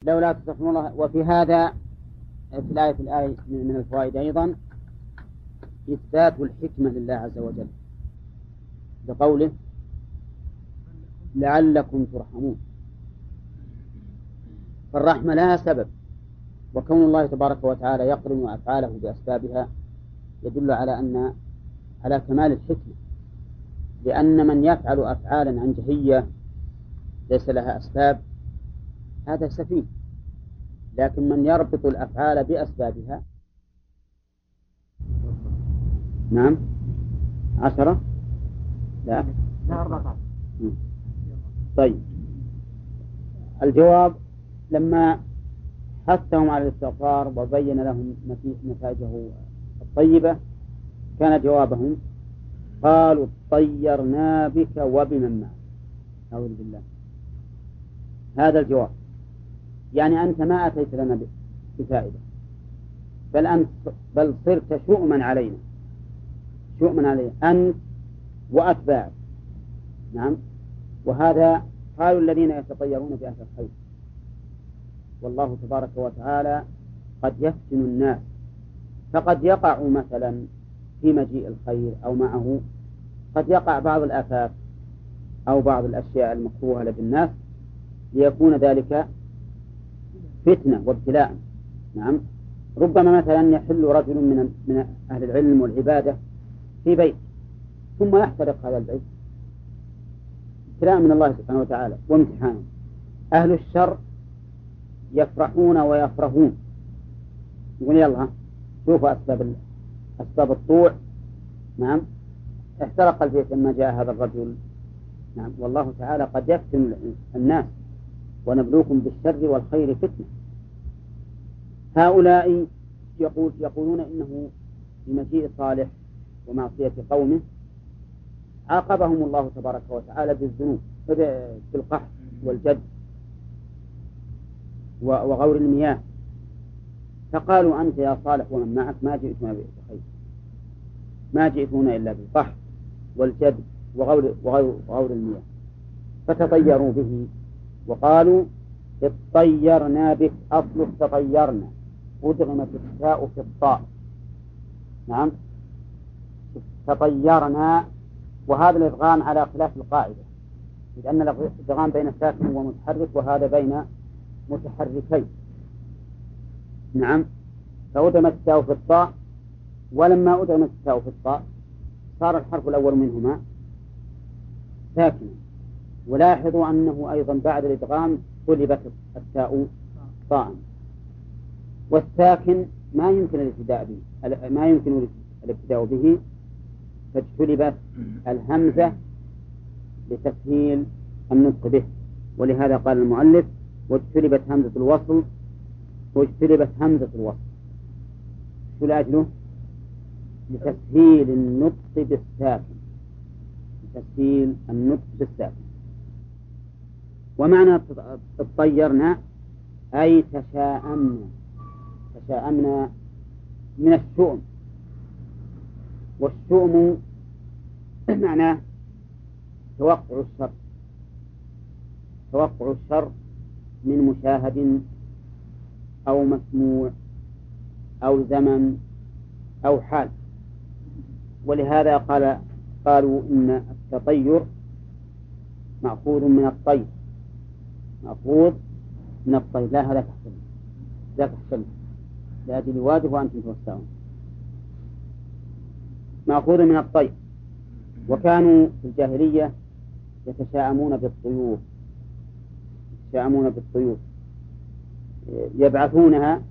لولا تستغفرون الله. وفي هذا في الآية من الفوائد أيضا إثبات الحكمة لله عز وجل بقوله لعلكم ترحمون. فالرحمة لها سبب، وكون الله تبارك وتعالى يقرن أفعاله بأسبابها يدل على كمال الحكمة، لأن من يفعل أفعالا عنجهية ليس لها أسباب هذا سفيه، لكن من يربط الأفعال بأسبابها. نعم 10 لا 14. طيب الجواب لما حثهم على الاستغفار وبين لهم نتائجه الطيبة كان جوابهم قالوا طيرنا بك وبمن معك. أعوذ بالله. هذا الجواب، يعني أنت ما أتيت لنا بفائدة، بل صرت شؤما علينا أنت وأتباعك. نعم. وهذا قالوا الذين يتطيرون بأهل الخير، والله تبارك وتعالى قد يفتن الناس، فقد يقع مثلا في مجيء الخير أو معه قد يقع بعض الآفات أو بعض الأشياء المكروهة لدى الناس ليكون ذلك فتنة وابتلاء. نعم. ربما مثلا يحل رجل من أهل العلم والعبادة في بيت ثم يحترق هذا البيت، ابتلاء من الله سبحانه وتعالى وامتحانه. أهل الشر يفرحون ويفرحون، يقول يلا شوفوا أسباب الطوع. نعم. احترق البيت لما جاء هذا الرجل. نعم. والله تعالى قد يفتن الناس، ونبلوكم بالشر والخير فتنة. هؤلاء يقولون إنه بمجيء صالح ومعصية قومه عاقبهم الله تبارك وتعالى بالذنوب بالقحط والجد وغور المياه، فقالوا أنت يا صالح ومن معك ما جئتنا بخير، ما جئتنا إلا بالقحط والجد وغور المياه، فتطيروا به وقالوا اطيرنا بك. أصل تطيرنا أدغمت التاء في الطاء. نعم. تطيرنا، وهذا الإدغام على خلاف القاعدة، لأن الإدغام بين ساكن ومتحرك وهذا بين متحركين. نعم. فأدغمت التاء في الطاء، ولما أدغمت التاء في الطاء صار الحرف الأول منهما ساكنا. ولاحظوا أنه أيضا بعد الإدغام قلبت التاء طاء، والساكن ما يمكن الابتداء به فاجتلبت الهمزة لتسهيل النطق به، ولهذا قال المؤلف واجتلبت همزة الوصل شو لأجله؟ لتسهيل النطق بالساكن. ومعنى اطيرنا أي تشاءمنا من الشؤم، والشؤم معناه توقع الشر من مشاهد أو مسموع أو زمن أو حال. ولهذا قالوا إن التطير مأخوذ من الطير، لا هذا تحسن لأجل واجب وأنتم توسعون، مأخوذ من الطير. وكانوا في الجاهلية يتشاءمون بالطيور يبعثونها،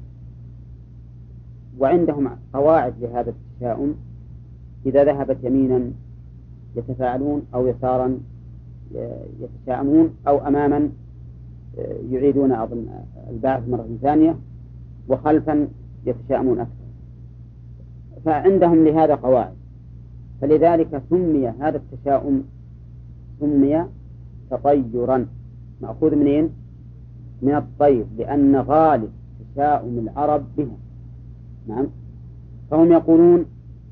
وعندهم قواعد لهذا التشاؤم. إذا ذهبت يمينا يتفاعلون أو يسارا يتشاءمون أو أماما يعيدون أظن البعث مرة ثانية، وخلفا يتشاءمون أكثر. فعندهم لهذا قواعد، فلذلك سمي هذا التشاؤم تطيرا، مأخوذ منين؟ من الطير، لأن غالب تشاؤم العرب بها. نعم. فهم يقولون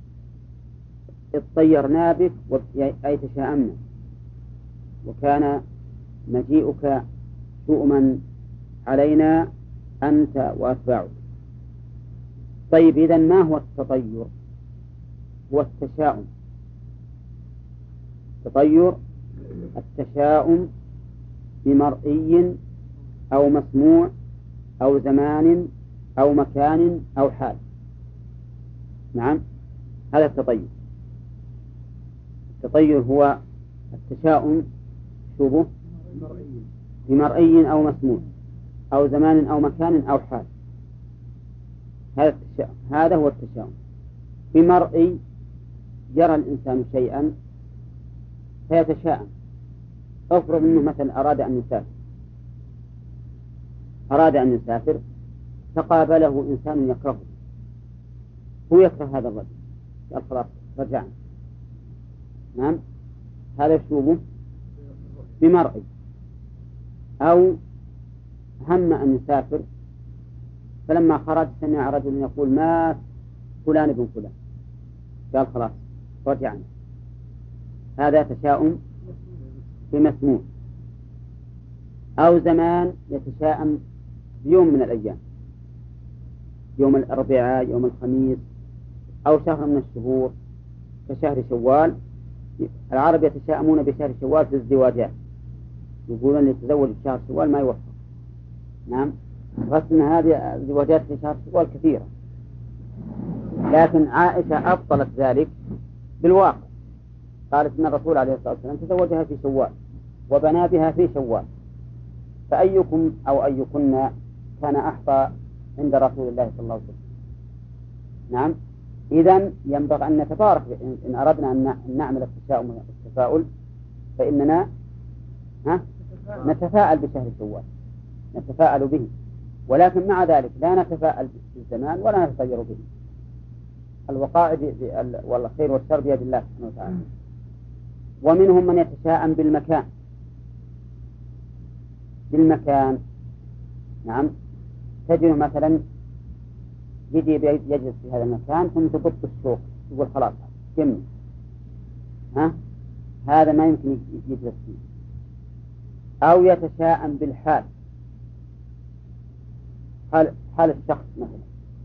اطيرنا بك أي تشاءمنا، وكان مجيئك شؤما علينا أنت وأتباعك. طيب إذن ما هو التطير؟ هو التشاؤم. التطير التشاؤم بمرئي أو مسموع أو زمان أو مكان أو حال. نعم، هذا التطير. التطير هو التشاؤم شبه بمرئي أو مسموع أو زمان أو مكان أو حال. هذا هو التشاؤم. بمرئي يرى الإنسان شيئا فيتشاءم. افرض أنه مثلا أراد أن يسافر فقابله إنسان يكرهه، هو يكره هذا الرجل، قال خلاص رجعنا. نعم، هذا شوبه بمرئي. أو هم أن يسافر فلما خرج سمع رجل يقول مات فلان ابن فلان، قال خلاص رجعنا. هذا تشاؤم بمسموع. أو زمان يتشاءم بيوم من الأيام، يوم الأربعاء، يوم الخميس، أو شهر من الشهور كشهر شوال. العرب يتشاءمون بشهر شوال في الزواجات، يقولون يتزوج في شهر شوال ما يوفق. نعم، رسم هذه الزواجات في شهر شوال كثيرة، لكن عائشة أبطلت ذلك بالواقع. قالت إن الرسول عليه الصلاة والسلام تزوجها في شوال وبنى بها في شوال، فأيكم أو أيكن كان أحظى عند رسول الله صلى الله عليه وسلم. نعم، إذن ينبغي أن نتبارك إن أردنا أن نعمل التشاؤم والتفاؤل فإننا نتفاءل بشهر شوال، نتفاءل به، ولكن مع ذلك لا نتفاءل بالزمان ولا نتطير به. الوقائع والخير والشر بيد الله سبحانه وتعالى. ومنهم من يتشاءم بالمكان. نعم، تجد مثلا يجي يجلس في هذا المكان ثم تبط الشوق، يقول خلاص كم هذا ما يمكن يجلس فيه. أو يتشاءم بالحال، حال الشخص مثلا.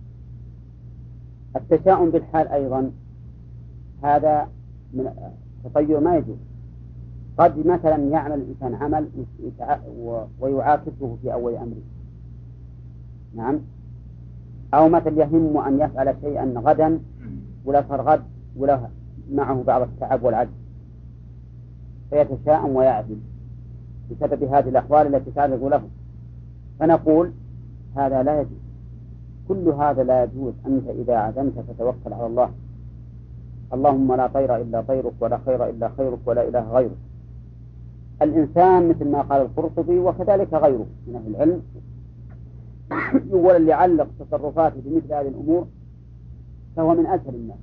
التشاؤم بالحال أيضا هذا من التطير ما يجوز. قد مثلا يعمل الإنسان عمل ويعاكسه في أول أمره. نعم، أو مثلا يهم أن يفعل شيئا غدا ولا فرغد ولا معه بعض التعب والعجز، فيتشاءم ويعدل بسبب هذه الأحوال التي تعرض له. فنقول هذا لا يجوز، كل هذا لا يجوز. أنت إذا عزمت فتوكل على الله. اللهم لا طير إلا طيرك ولا خير إلا خيرك ولا إله غيرك. الإنسان مثل ما قال القرطبي وكذلك غيره من أهل العلم يقول اللي علق تصرفاته بمثل هذه الأمور فهو من أسهل الناس،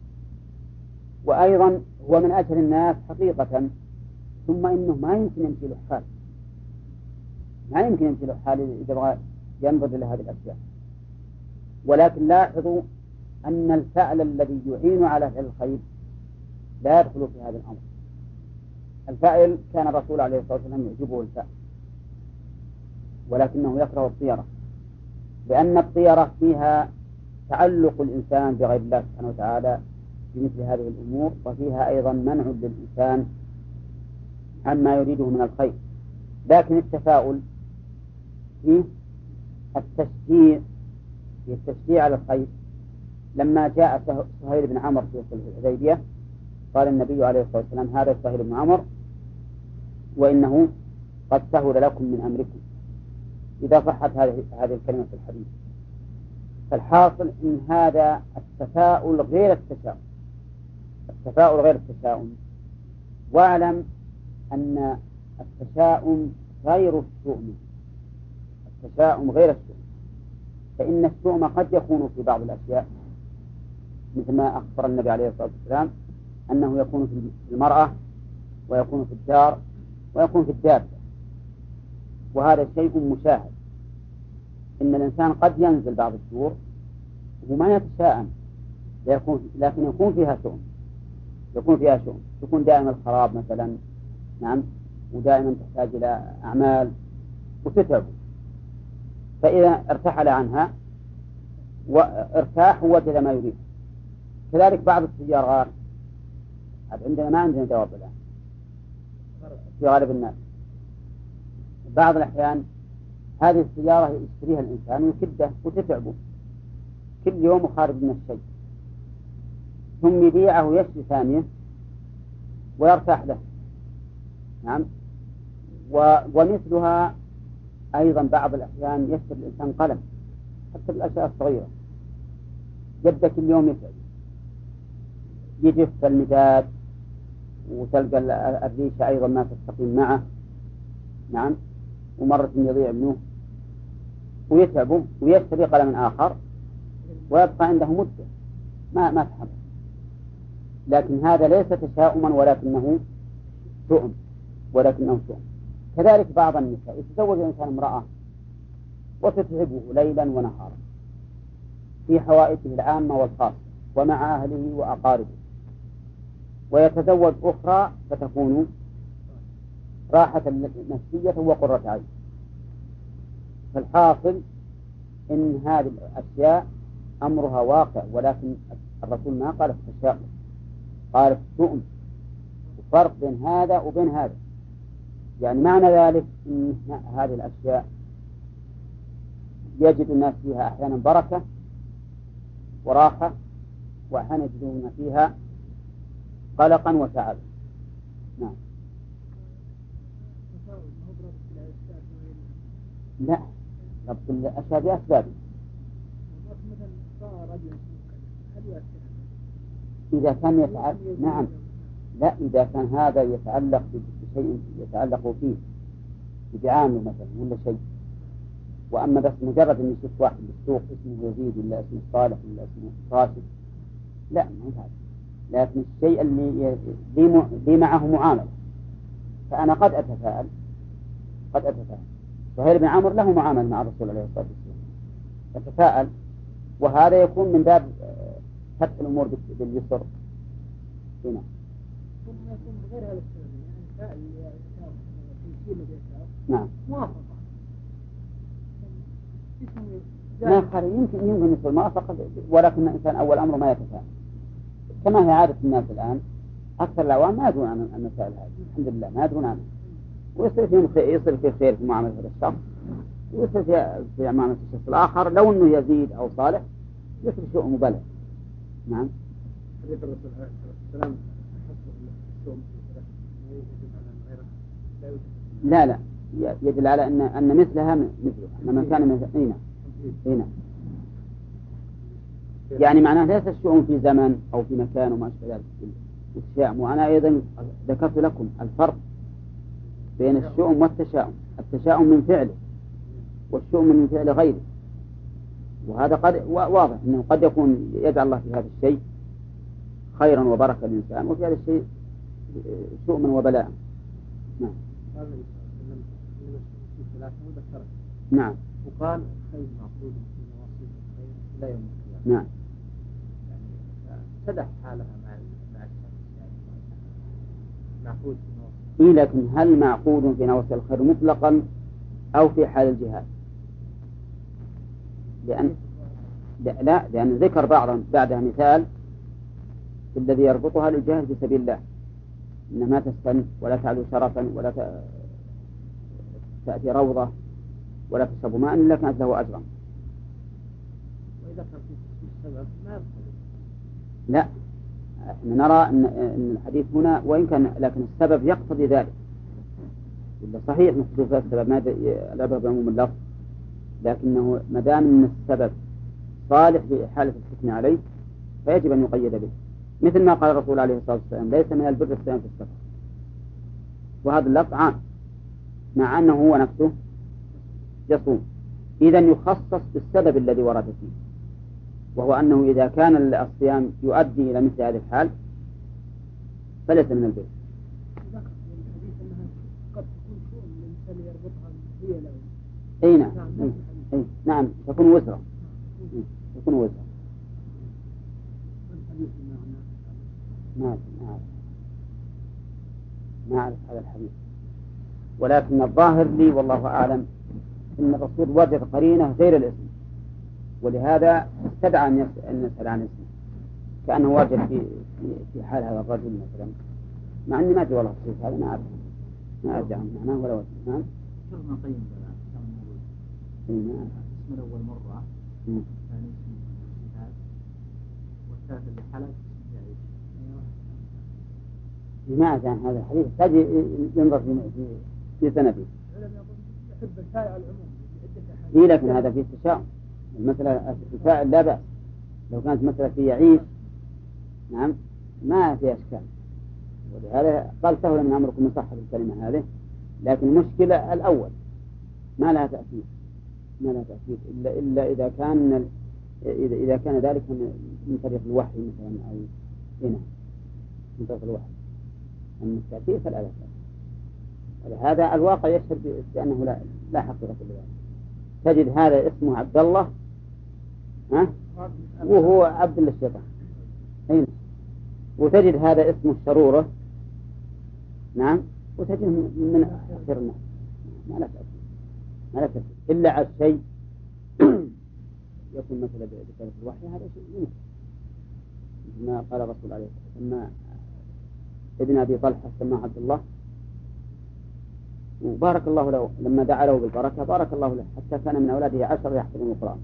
وأيضا هو من أسهل الناس حقيقة. ثم إنه ما يمكن يمشي له حال، ما يمكن يمشي له حال إذا بغى ينظر إلى هذه الأشياء. ولكن لاحظوا أن الفعل الذي يعين على فعل الخير لا يدخل في هذا الأمر. الفاعل كان الرسول عليه الصلاة والسلام يعجبه الفعل، ولكنه يكره الطيرة، لأن الطيرة فيها تعلق الإنسان بغير الله سبحانه وتعالى بمثل هذه الأمور، وفيها أيضا منع للإنسان عما يريده من الخير. لكن التفاؤل فيه التشجيع على الخير. لما جاء سهيل بن عمرو في صلح الحديبية قال النبي عليه الصلاة والسلام هذا سهيل بن عمرو وإنه قد سهل لكم من أمركم، إذا صحت هذه الكلمة في الحديث. فالحاصل إن هذا التفاؤل غير التشاؤم، التفاؤل غير التشاؤم. واعلم أن التشاؤم غير الشؤم، التشاؤم غير الشؤم. فإن الشؤم قد يكون في بعض الأشياء مثل ما أخبر النبي عليه الصلاة والسلام أنه يكون في المرأة ويكون في الدار ويكون في الدابة، وهذا شيء مشاهد. إن الإنسان قد ينزل بعض الشهور وما يتشاءم، لكن يكون فيها شؤم، يكون دائما الخراب مثلا. نعم، ودائما تحتاج إلى أعمال وتتعب. فإذا ارتحل عنها وارتاح ووجد ما يريد. كذلك بعض السيارات عندنا ما عندنا جواب الآن في غالب الناس. بعض الأحيان هذه السيارة يشتريها الإنسان ويكده وتتعبه كل يوم وخارج من الشيء، ثم يبيعه ويشتري ثانية ويرتاح له. نعم. ومثلها أيضا بعض الأحيان يشتري الإنسان قلم حتى بالأشياء الصغيرة، يبدأ كل يوم يتعب، يجف المداد وتلقى الريشة أيضا ما تستقيم معه. نعم. ومرة يضيع منه ويتعبه ويشتري قلم آخر ويبقى عنده مدة ما تحمل. لكن هذا ليس تشاؤما ولكنه شؤم. كذلك بعض النساء يتزوج الإنسان امرأة وتتعبه ليلا ونهارا في حوائجه العامة والخاصة ومع أهله وأقاربه، ويتزوج أخرى فتكون راحة نفسية وقرة عين. فالحاصل إن هذه الأشياء أمرها واقع، ولكن الرسول ما قال التشاؤم، قال الشؤم. وفرق بين هذا وبين هذا، يعني معنى ذلك أن هذه الأشياء يجد الناس فيها أحيانا بركة وراحة، وأحيانا يجدون فيها قلقا وتعبا. نعم. لا، ربط الأشياء بأسباب. إذا كان يتعلق، نعم، لا، إذا كان هذا يتعلق بشيء يتعلق فيه بعامل مثلا ولا شيء، وأما بس مجرد أن يشوف واحد بالسوق اسمه يزيد ولا اسمه صالح ولا اسمه راشد، لا، ما يفعل. لكن الشيء اللي لي معه معاملة، فأنا قد أتفاءل. سهيل بن عمرو له معاملة مع الرسول عليه الصلاة والسلام، أتفاءل، وهذا يكون من باب فتح الأمور باليسر. هنا يكون غير هذا السبب، يعني نعم موافقة. ما قال يمكن يصير موافقة، ولكن الإنسان أول أمره ما يتفاعل، كما هي عادة الناس الآن. أكثر العوام ما يدرون عن المسائل هذه، الحمد لله ما يدرون عنها، ويصير في خير في معاملة هذا الشخص، ويصير في معاملة الشخص الآخر. لو أنه يزيد أو صالح يصير شيء مبالغ. نعم. حديث الرسول عليه السلام لا يدل على أن مثلها مثله، أن من كان مثل هنا يعني معناه ليس الشؤم في زمن أو في مكان وما أشبه ذلك والتشاؤم. وأنا أيضا ذكرت لكم الفرق بين الشؤم والتشاؤم. التشاؤم من فعله والشؤم من فعل غيره، وهذا قد واضح أنه قد يكون يجعل الله في هذا الشيء خيرا وبركة للإنسان، وفي هذا الشيء شؤما وبلاء. نعم. نعم. وقال خير معقود في نواصي الخير لا يوم القيامة. نعم. يعني تدح حالها مع الشخص، يعني معقود في نواصي. إيه، لكن هل معقود في نواصي الخير مطلقا أو في حال الجهاد؟ لأن ذكر بعدها مثال الذي يربطها للجهاد في سبيل الله، إنما تستن ولا تعلو شرفا ولا تأتي روضة ولا تشرب ماء إلا كانت له أجرا. وإذا كان في السبب ما يدخل. لا، نرى أن الحديث هنا وإن كان لكن السبب يقتضي ذلك. إلا صحيح مخصوص السبب ما العبرة بعموم اللفظ، لكنه ما دام أن السبب صالح في حالة الحكم عليه فيجب أن يقيد به، مثل ما قال الرسول عليه الصلاة والسلام ليس من البر الصيام في السفر، وهذا اللفظ عام مع أنه هو نفسه يصوم. إذن يخصص بالسبب الذي ورد فيه، وهو أنه إذا كان الصيام يؤدي إلى مثل هذه الحال فليس من البر. قد تكون شؤم الإنسان يربطها هي له. أي نعم. نعم تكون وزرا. تكون وزرا. ما أعرف هذا الحديث، ولكن الظاهر لي والله أعلم أن الرسول وجد قرينة غير الاسم، ولهذا استدعى أن يسأل عن اسمه، كأنه وجد في حال هذا الرجل مثلا، مع أني ما أدري والله الصيف هذا ما أعرف، ما أرجع معناه ولا وجه. نعم. شوف ما قيم بلا كم موجود. اسم الأول مرة، ثاني اسم الجهاد، والثالث اللي حلف اسم يعيش. ما أدري عن هذا الحديث، تجي ينظر في سنده. يحب الفاعل العموم. إيه لكن هذا فيه تشاؤم، المسألة الفاعل لا بأس، لو كانت مسألة في يعيش نعم ما في أشكال، ولهذا قال سهل من أمركم من صحة الكلمة هذه، لكن المشكلة الأول ما لها تأثير، ما لها تأثير إلا إذا كان ذلك من طريق الوحي مثلا أو هنا من طريق الوحي، أما التأثير فلا لا. ولهذا الواقع يشهد بأنه لا حقيقة لذلك. تجد هذا اسمه عبد الله وهو عبد للشيطان، أين؟ وتجد هذا اسمه الشرورة نعم، وتجد من أخير الناس، ما لا تأثير إلا على الشيء يكون مثلا بطريقة الوحي، هذا شيء يمكن ما قال الرسول عليه الصلاة والسلام ابن أبي طلحة سماه عبد الله، وبارك الله له لما دعا له بالبركة بارك الله له، حتى كان من أولاده 10 يحفظون القرآن.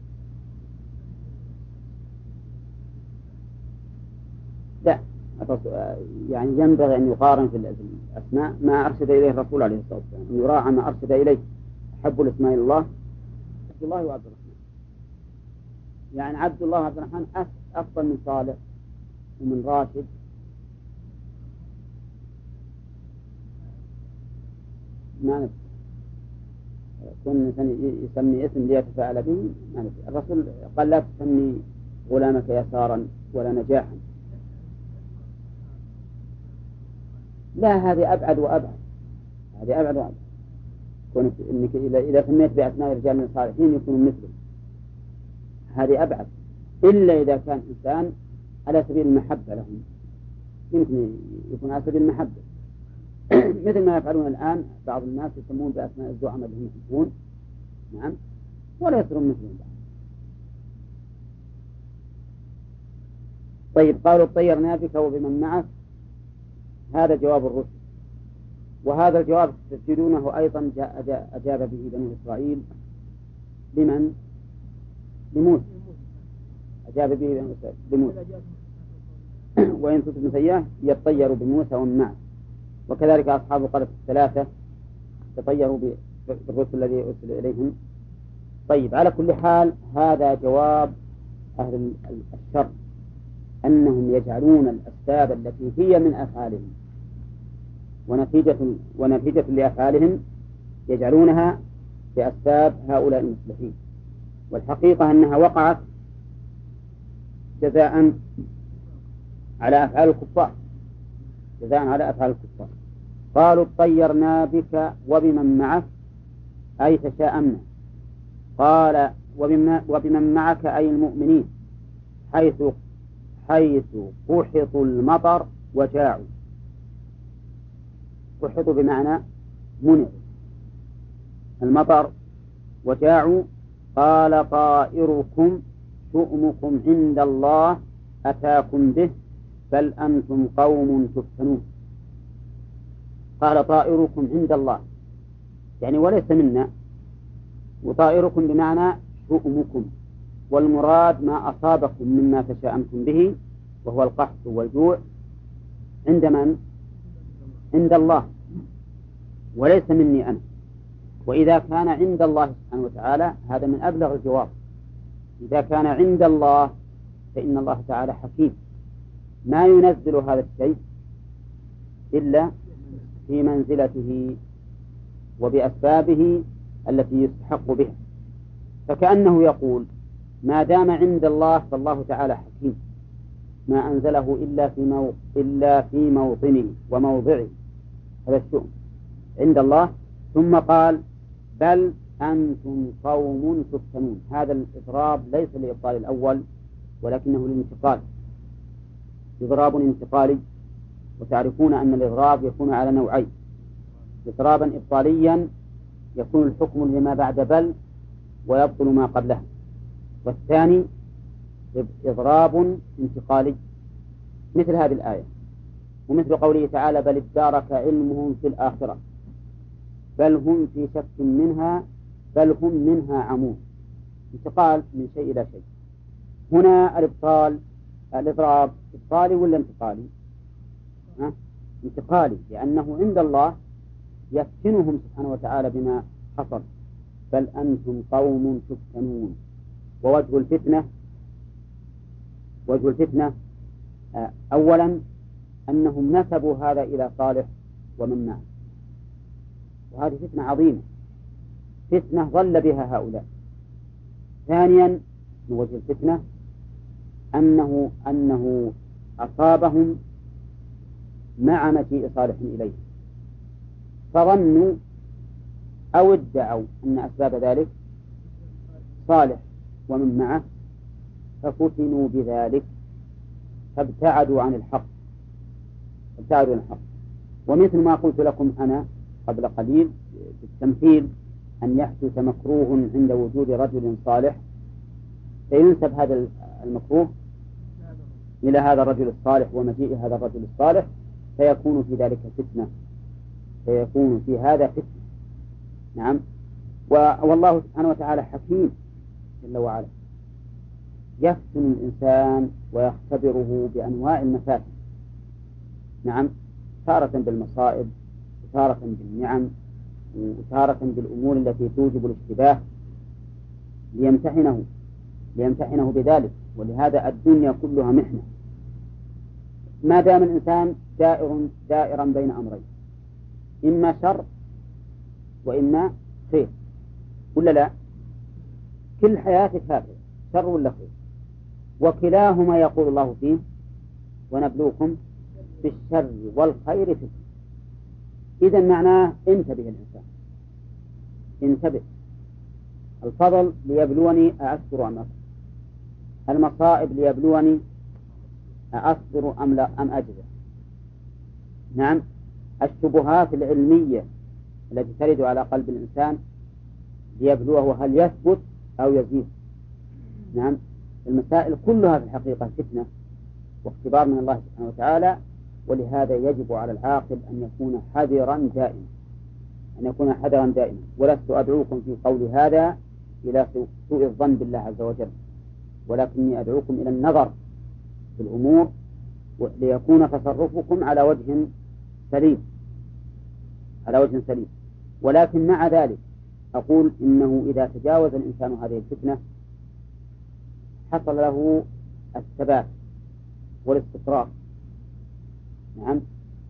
لا يعني ينبغي أن يقارن في الأسماء ما أرشد إليه الرسول عليه الصلاة والسلام، أن يراعى ما أرشد إليه. أحب الأسماء إلى الله عبد الله وعبد الرحمن، يعني عبد الله وعبد الرحمن أفضل من صالح ومن راشد. ما نفسه كن يسمي اسم ليتفاعل به، ما نفسه. الرسول قال لا تسمي غلامك يسارا ولا نجاحا، لا هذه أبعد وأبعد، هذه أبعد وأبعد. كونك إنك إذا سميت بأسماء رجال صالحين يكونوا مثله، هذه أبعد، إلا إذا كان إنسان على سبيل المحبة لهم، يمكن يكون على سبيل المحبة مثل ما يفعلون الآن بعض الناس يسمون بأسماء الزعماء الذين يحبون نعم ولا يصيرون مثلهم بعض. طيب قالوا اطيرنا بك وبمن معك، هذا جواب الرسل، وهذا الجواب تجدونه أيضا أجاب به بنو إسرائيل لمن؟ لموسى، أجاب به لموسى وإن تطلب سيئة يطيروا بموسى ومن معه، وكذلك أصحاب القرية الثلاثة تطيروا بالرسل الذي أرسل إليهم. طيب على كل حال هذا جواب أهل الشر، أنهم يجعلون الأسباب التي هي من أفعالهم ونتيجة لأفعالهم يجعلونها بأسباب هؤلاء المصلحين، والحقيقة أنها وقعت جزاء على أفعال الكفار، جزاء على أفعال الكفار. قالوا اطيرنا بك وبمن معك أي تشاءمنا، قال وبمن معك أي المؤمنين، حيث قحطوا المطر وجاعوا. قحطوا بمعنى منعوا المطر وجاعوا. قال طائركم شؤمكم عند الله أتاكم به بل أنتم قوم تفتنون. قال طائركم عند الله يعني وليس منا، وطائركم بمعنى شؤمكم، والمراد ما أصابكم مما تشاءمتم به وهو القحط والجوع عند من؟ عند الله وليس مني أنا. وإذا كان عند الله سبحانه وتعالى هذا من أبلغ الجواب. إذا كان عند الله فإن الله تعالى حكيم، ما ينزل هذا الشيء إلا في منزلته وبأسبابه التي يستحق بها، فكأنه يقول ما دام عند الله فالله تعالى حكيم، ما أنزله إلا في موطنه وموضعه، هذا الشؤم عند الله. ثم قال بل أنتم قوم تفتنون. هذا الإضراب ليس لإبطال الأول ولكنه للانتقال، إضراب انتقالي. وتعرفون أن الإضراب يكون على نوعين: إضرابا إبطاليا يكون الحكم لما بعد بل ويبطل ما قبله. والثاني إضراب انتقالي مثل هذه الآية، ومثل قوله تعالى بل ادارك علمهم في الآخرة بل هم في شك منها بل هم منها عمون. انتقال من شيء إلى شيء. هنا الإضراب إبطالي ولا انتقالي؟ انتقالي، لأنه عند الله يفتنهم سبحانه وتعالى بما حصل. بل أنتم قوم تفتنون. ووجه الفتنة أولا أنهم نسبوا هذا إلى صالح ومن معه، وهذه فتنة عظيمة، فتنة ضل بها هؤلاء. ثانيا من وجه الفتنة أنه أصابهم مع مجيء صالح إليه، فظنوا أو ادعوا أن أسباب ذلك صالح ومن معه، ففتنوا بذلك فابتعدوا عن الحق. ومثل ما قلت لكم أنا قبل قليل بالتمثيل أن يحدث مكروه عند وجود رجل صالح، فينسب هذا المكروه إلى هذا الرجل الصالح ومجيء هذا الرجل الصالح، فيكون في ذلك فتنة، فيكون في هذا فتنة. نعم. والله سبحانه وتعالى حكيم جل وعلا، يفتن الإنسان ويختبره بأنواع المفاتن. نعم، تارة بالمصائب، وتارة بالنعم، وتارة بالأمور التي توجب الاشتباه ليمتحنه بذلك. ولهذا الدنيا كلها محنة، ما دام الإنسان دائرا بين أمرين، إما شر وإما خير، ولا لا؟ كل حياتك هكذا، شر ولا خير، وكلاهما يقول الله فيه ونبلوكم بالشر والخير فتنة. إذا معناه انتبه الإنسان، انتبه. الفضل ليبلوني أأشكر أم أكفر، المصائب ليبلوني أصبر أم أجزع. نعم، الشبهات العلمية التي ترد على قلب الإنسان ليبلوه هل يثبت أو يزيد. نعم، المسائل كلها في الحقيقة فتنة واختبار من الله سبحانه وتعالى. ولهذا يجب على العاقل أن يكون حذرا دائما، ولست أدعوكم في قول هذا إلى سوء الظن بالله عز وجل، ولكني أدعوكم إلى النظر في الأمور ليكون تصرفكم على وجه سليم. ولكن مع ذلك أقول إنه إذا تجاوز الإنسان هذه الفتنة حصل له الثبات والاستقرار. نعم،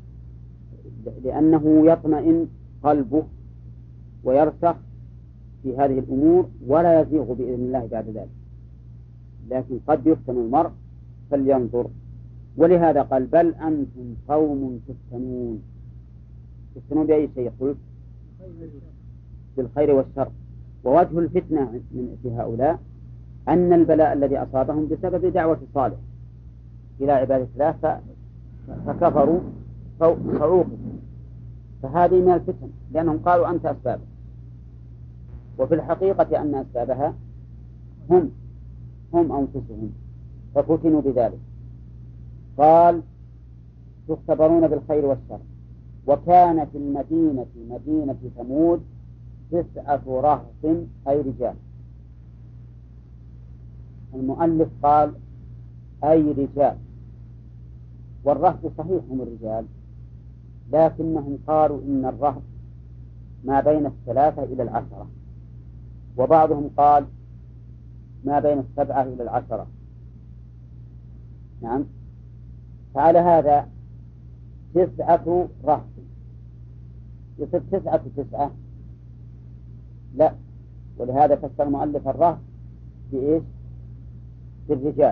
لأنه يطمئن قلبه ويرسخ في هذه الأمور ولا يزيغ بإذن الله بعد ذلك. لكن قد يفتن المرء فلينظر. ولهذا قال بل أنتم قوم تفتنون بأي شيء؟ قلت بالخير والشر. ووجه الفتنة في هؤلاء أن البلاء الذي أصابهم بسبب دعوة صالح إلى عبادة الله فكفروا فعوقبوا، فهذه من الفتن، لأنهم قالوا أنت أسبابها، وفي الحقيقة أن أسبابها هم أنفسهم، ففتنوا بذلك. قال تختبرون بالخير والشر. وكان في المدينة مدينة ثمود 9 رهط أي رجال. المؤلف قال أي رجال، والرهط صحيح هم الرجال، لكنهم قالوا إن الرهط ما بين 3 إلى 10، وبعضهم قال ما بين 7 إلى 10. نعم، فعلى هذا 9 رهط يصير 9 لا، ولهذا فسر المؤلف الرهط بإيش؟ بالرجال.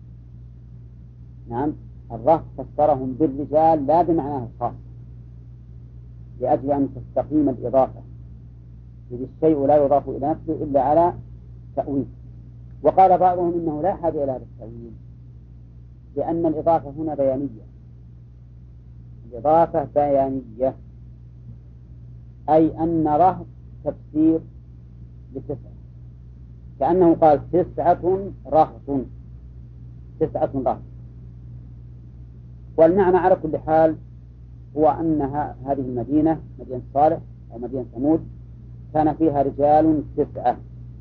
نعم، الرهط فسرهم بالرجال لا بمعناه الخاص، لأجل أن تستقيم الإضافة، إذ الشيء لا يضاف إلى نفسه إلا على تأويل. وقال بعضهم إنه لا حاجة إلى هذا التأويل، لأن الإضافة هنا بيانية، الإضافة بيانية، أي أن رهط تفسير لتسعة، كأنه قال 9 رهط، 9 رهط. والمعنى على كل حال هو أن هذه المدينة، مدينة صالح أو مدينة ثمود، كان فيها رجال 9.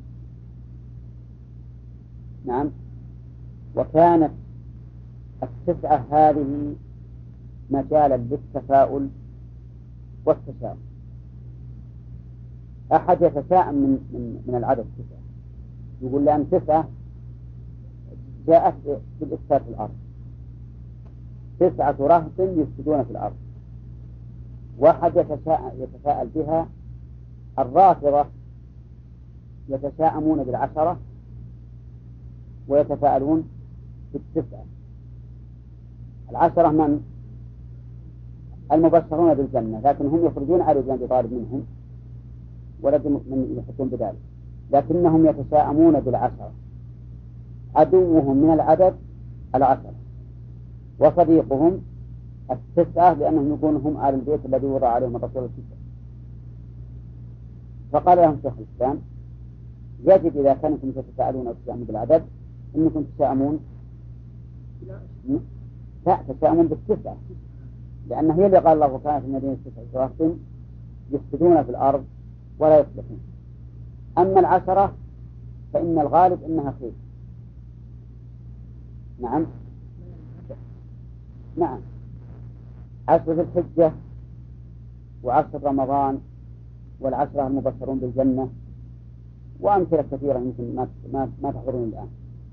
نعم. وكانت 9 هذه مجالا للتفاؤل والتشاؤم. أحد يتشاءم من العدد 9، يقول لأن 9 جاءت بالإفساد في الأرض، 9 رهط يفسدون في الأرض. واحد يتفاءل بها. الرافضة يتشاءمون ب10 ويتفاءلون ب9. 10 من المبشرون بالجنة، لكن هم يخرجون على ابن أبي طالب منهم ولد من يحكون بذلك، لكنهم يتشاءمون بال10. عدوهم من العدد 10، وصديقهم 9، لأنهم يكونون هم آل البيت الذي وضع عليهم الرسول 9. فقال لهم شيخ الإسلام: يجب إذا كنتم تتساءلون أو تتشاءمون بالعدد أنكم تتشاءمون، لا، تتشاءمون بال9، لأن هي اللي قال الله كانت المدينة 9 رهط يفسدون في الأرض ولا يصلحون. أما 10 فإن الغالب أنها خير. نعم. نعم. 10 ذي الحجة و10 رمضان وال10 المبشرون بالجنة وأمثلة كثيرة يمكن ما تحضرون الآن.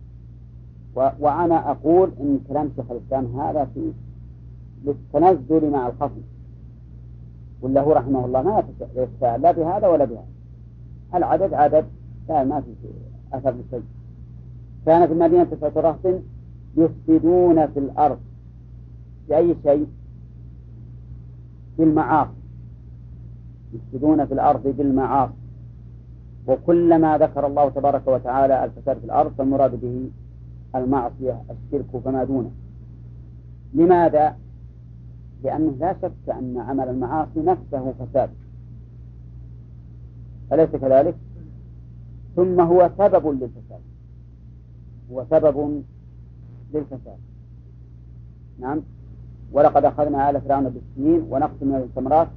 وأنا أقول إن كلام شيخ الإسلام هذا في للتنزل مع الخصم، ولا هو رحمه الله ما يتساءل لا بهذا ولا بهذا. العدد عدد، لا ما في أثر للشيء. كانت المدينة 9 رهط يفسدون في الأرض بأي شيء؟ بالمعاصي. يفسدون في الأرض بالمعاصي. وكلما ذكر الله تبارك وتعالى الفساد في الأرض فالمراد به المعصية، الشرك فما دونه. لماذا؟ لأنه لا شك أن عمل المعاصي نفسه فساد، أليس كذلك؟ ثم هو سبب للفساد، هو سبب للفساد. نعم. ولقد أخذنا آل فرعون بالسنين ونقص من الثمرات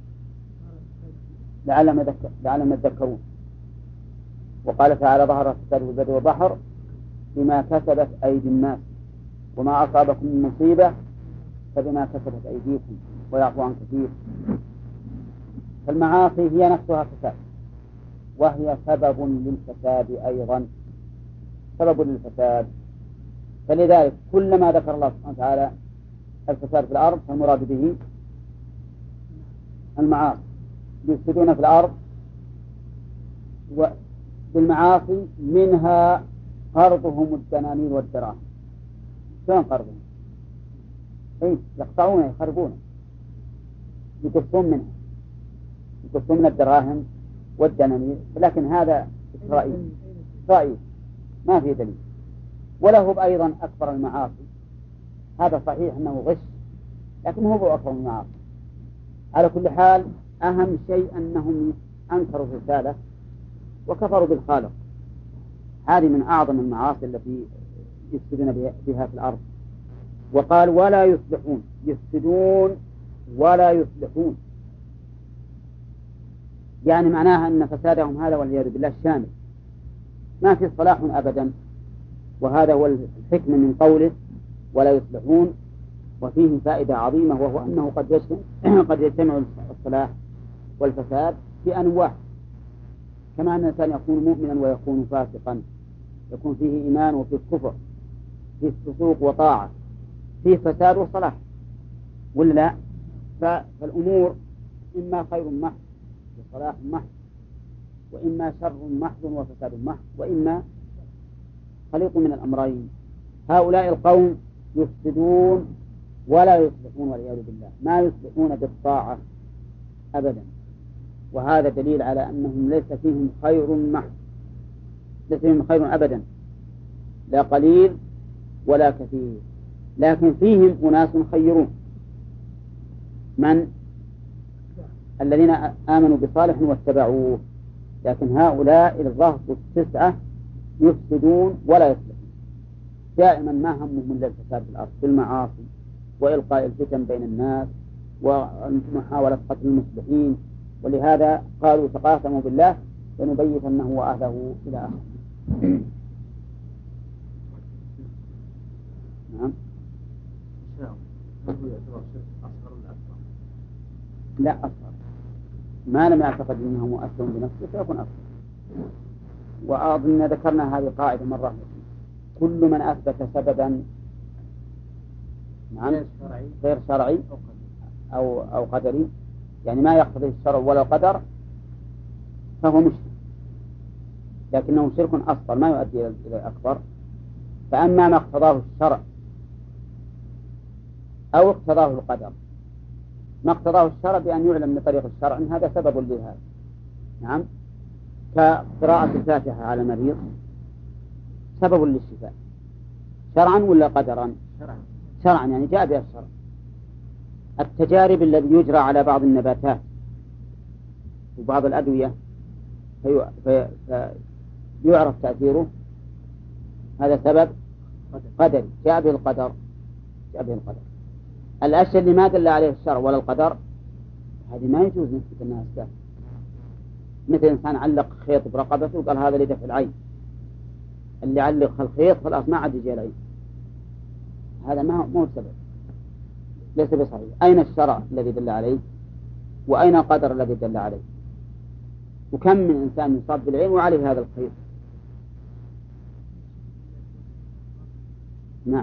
لعلهم يذكرون. وقال تعالى: ظهر الفساد في البر والبحر بما كسبت أيدي الناس وما أصابكم من مصيبة فبما كسبت أيديكم ويعفو عن كثير. فالمعاصي هي نفسها فساد، وهي سبب للفساد أيضا، سبب للفساد. فلذلك كلما ذكر الله سبحانه وتعالى الفساد في الأرض فالمراد به المعاصي. يفسدون في الأرض بالمعاصي، منها قرضهم الدنانير والدراهم. شلون قرضهم؟ يقطعون، يخربون، يقصون منها، يقصون من الدراهم والدنانير. لكن هذا إسرائيل ما في دليل. وله أيضا أكبر المعاصي، هذا صحيح أنه غش، لكن هو أكبر المعاصي. على كل حال أهم شيء أنهم أنكروا الرسالة وكفروا بالخالق. هذه من أعظم المعاصي التي يفسدون بها في الأرض. وقال: ولا يصلحون، يفسدون ولا يصلحون، يعني معناها أن فسادهم هذا والعياذ بالله شامل، ما في صلاح أبدا. وهذا هو الحكمة من قوله ولا يصلحون. وفيه فائدة عظيمة، وهو أنه قد يجتمع الصلاح والفساد بأنواع، كما أن الإنسان يكون مؤمنا ويكون فاسقا، يكون فيه إيمان وفيه كفر، فيه فسوق وطاعة، فيه فساد وصلاح، ولا لا؟ فالأمور إما خير محض وصلاح محض، وإما شر محض وفساد محض، وإما خليط من الأمرين. هؤلاء القوم يفسدون ولا يصلحون والعياذ بالله، ما يصلحون بالطاعة أبدا. وهذا دليل على أنهم ليس فيهم خير محض، ليس فيهم خير أبدا، لا قليل ولا كثير. لكن فيهم أناس خيرون، من؟ الذين آمنوا بصالح واتبعوه. لكن هؤلاء الظهر التسعة يفسدون ولا يصلحون، دائما ما همهم إلا الفساد في الأرض بالمعاصي وإلقاء الفتن بين الناس ومحاولة قتل المصلحين، ولهذا قالوا تقاسموا بالله لنبيتنه وأهله إلى آخره. نعم. هل هو يعتبر شرك أصغر ولا أكبر؟ لا أصغر، ما لم يعتقد أنه مؤثر بنفسه فيكون أصغر. وأظن ذكرنا هذه القاعدة مرة، كل من أثبت سببا نعم غير شرعي أو قدري، يعني ما يقتضي الشرع ولا القدر، فهو مشرك، لكنه شرك أصغر ما يؤدي إلى أكبر. فأما ما اقتضاه الشرع أو اقتضاه القدر، ما اقتضاه الشرع بأن يعلم من طريق الشرع أن هذا سبب لهذا، نعم، كقراءة الفاتحة على المريض سبب للشفاء شرعا ولا قدرا؟ شرعا، يعني جاء بها الشرع. التجارب الذي يجرى على بعض النباتات وبعض الأدوية فيعرف تأثيره، هذا سبب قدري جاء به القدر. الأشياء اللي ما دل عليه الشرع ولا القدر هذه ما يجوز نثبت أنها أسباب. مثل إنسان علق خيط برقبته وقال هذا لدفع العين، اللي علق الخيط خلاص ما عاد يجي العين، هذا ما هو سبب، ليس بصحيح. أين الشرع الذي دل عليه وأين القدر الذي دل عليه؟ وكم من إنسان يصاب بالعين وعليه هذا الخيط. نعم.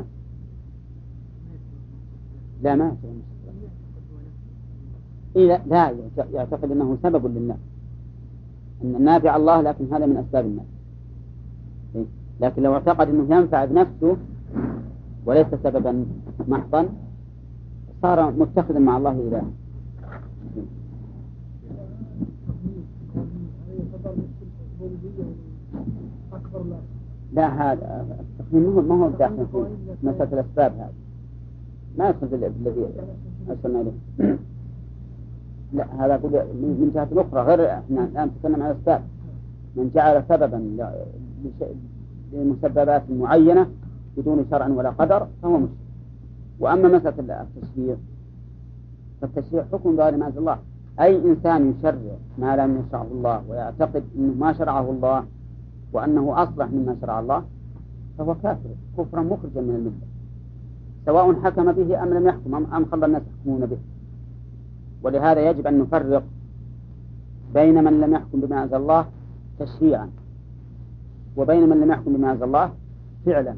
لا ما لا يعتقد أنه سبب للناس، أن النافع الله، لكن هذا من أسباب الناس. لكن لو اعتقد أنه ينفع بنفسه وليس سببا محضا صار متخذا مع الله إله. لا هذا التخمين ما هو داخل في مسألة الأسباب، هذا ما يدخل الذي أرسلنا إليه. لا هذا أقول من جهة أخرى غير، احنا الآن نتكلم عن الأسباب. من جعل سببا لمسببات معينة بدون شرع ولا قدر فهو مشرك. وأما مسألة التشريع فالتشريع حكم بغير ما أنزل الله. أي إنسان يشرع ما لم يشرعه الله ويعتقد أنه ما شرعه الله وأنه أصلح مما شرع الله فهو كافر كفرا مخرجا من الملة، سواء حكم به أم لم يحكم أم خلى الناس يحكمون به. ولهذا يجب أن نفرق بين من لم يحكم بما أنزل الله تشريعا وبين من لم يحكم بما أنزل الله فعلا.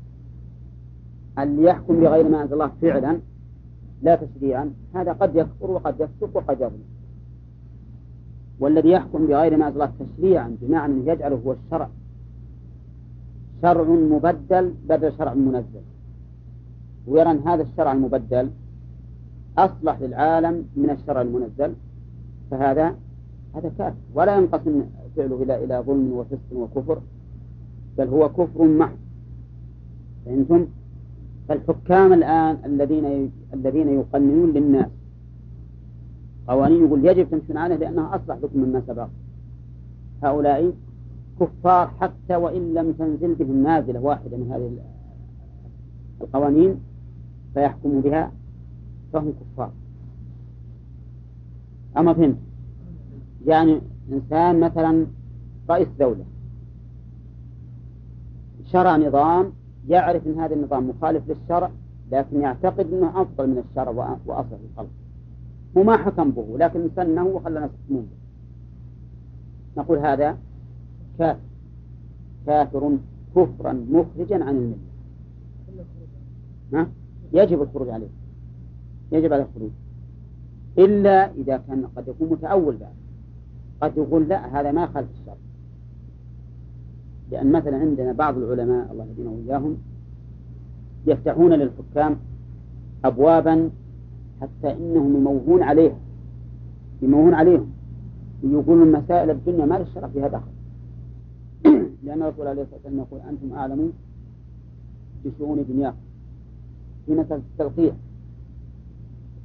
اللي يحكم بغير ما أنزل الله فعلا لا تشريعا هذا قد يكفر وقد يفسق وقد يظلم. والذي يحكم بغير ما أنزل الله تشريعا بمعنى أن يجعله هو الشرع، شرع مبدل بدل شرع منزل، ويرى أن هذا الشرع المبدل أصلح للعالم من الشرع المنزل، فهذا كافر ولا ينقسم فعله إلى ظلم وفسق وكفر، بل هو كفر محض. فأنتم فالحكام الآن الذين يقننون للناس قوانين يقول يجب تمشون عليه لأنها أصلح لكم مما سبق، هؤلاء كفار حتى وإن لم تنزل بهم نازلة واحدة من هذه القوانين فيحكموا بها فهم كفار. أما فهمت؟ يعني إنسان مثلا رئيس دولة شرع نظام يعرف أن هذا النظام مخالف للشرع لكن يعتقد أنه أفضل من الشرع وأصلح للخلق، هو ما حكم به لكن سنه وخلى الناس يحكمون به، نقول هذا كافر كفرا مخرجا عن الملة. يجب الخروج عليه، يجب على الخروج، إلا إذا كان قد يكون متأول بعد، قد يقول لا هذا ما خالف الشرع. لأن مثلا عندنا بعض العلماء الله يهدينا وإياهم يفتحون للحكام أبوابا حتى إنهم يموهون عليهم ويقولون مسائل الدنيا ما للشرع فيها دخل. لأن الرسول عليه الصلاة والسلام يقول أنتم أعلمون بشؤون دنياكم في مسألة التلقيح،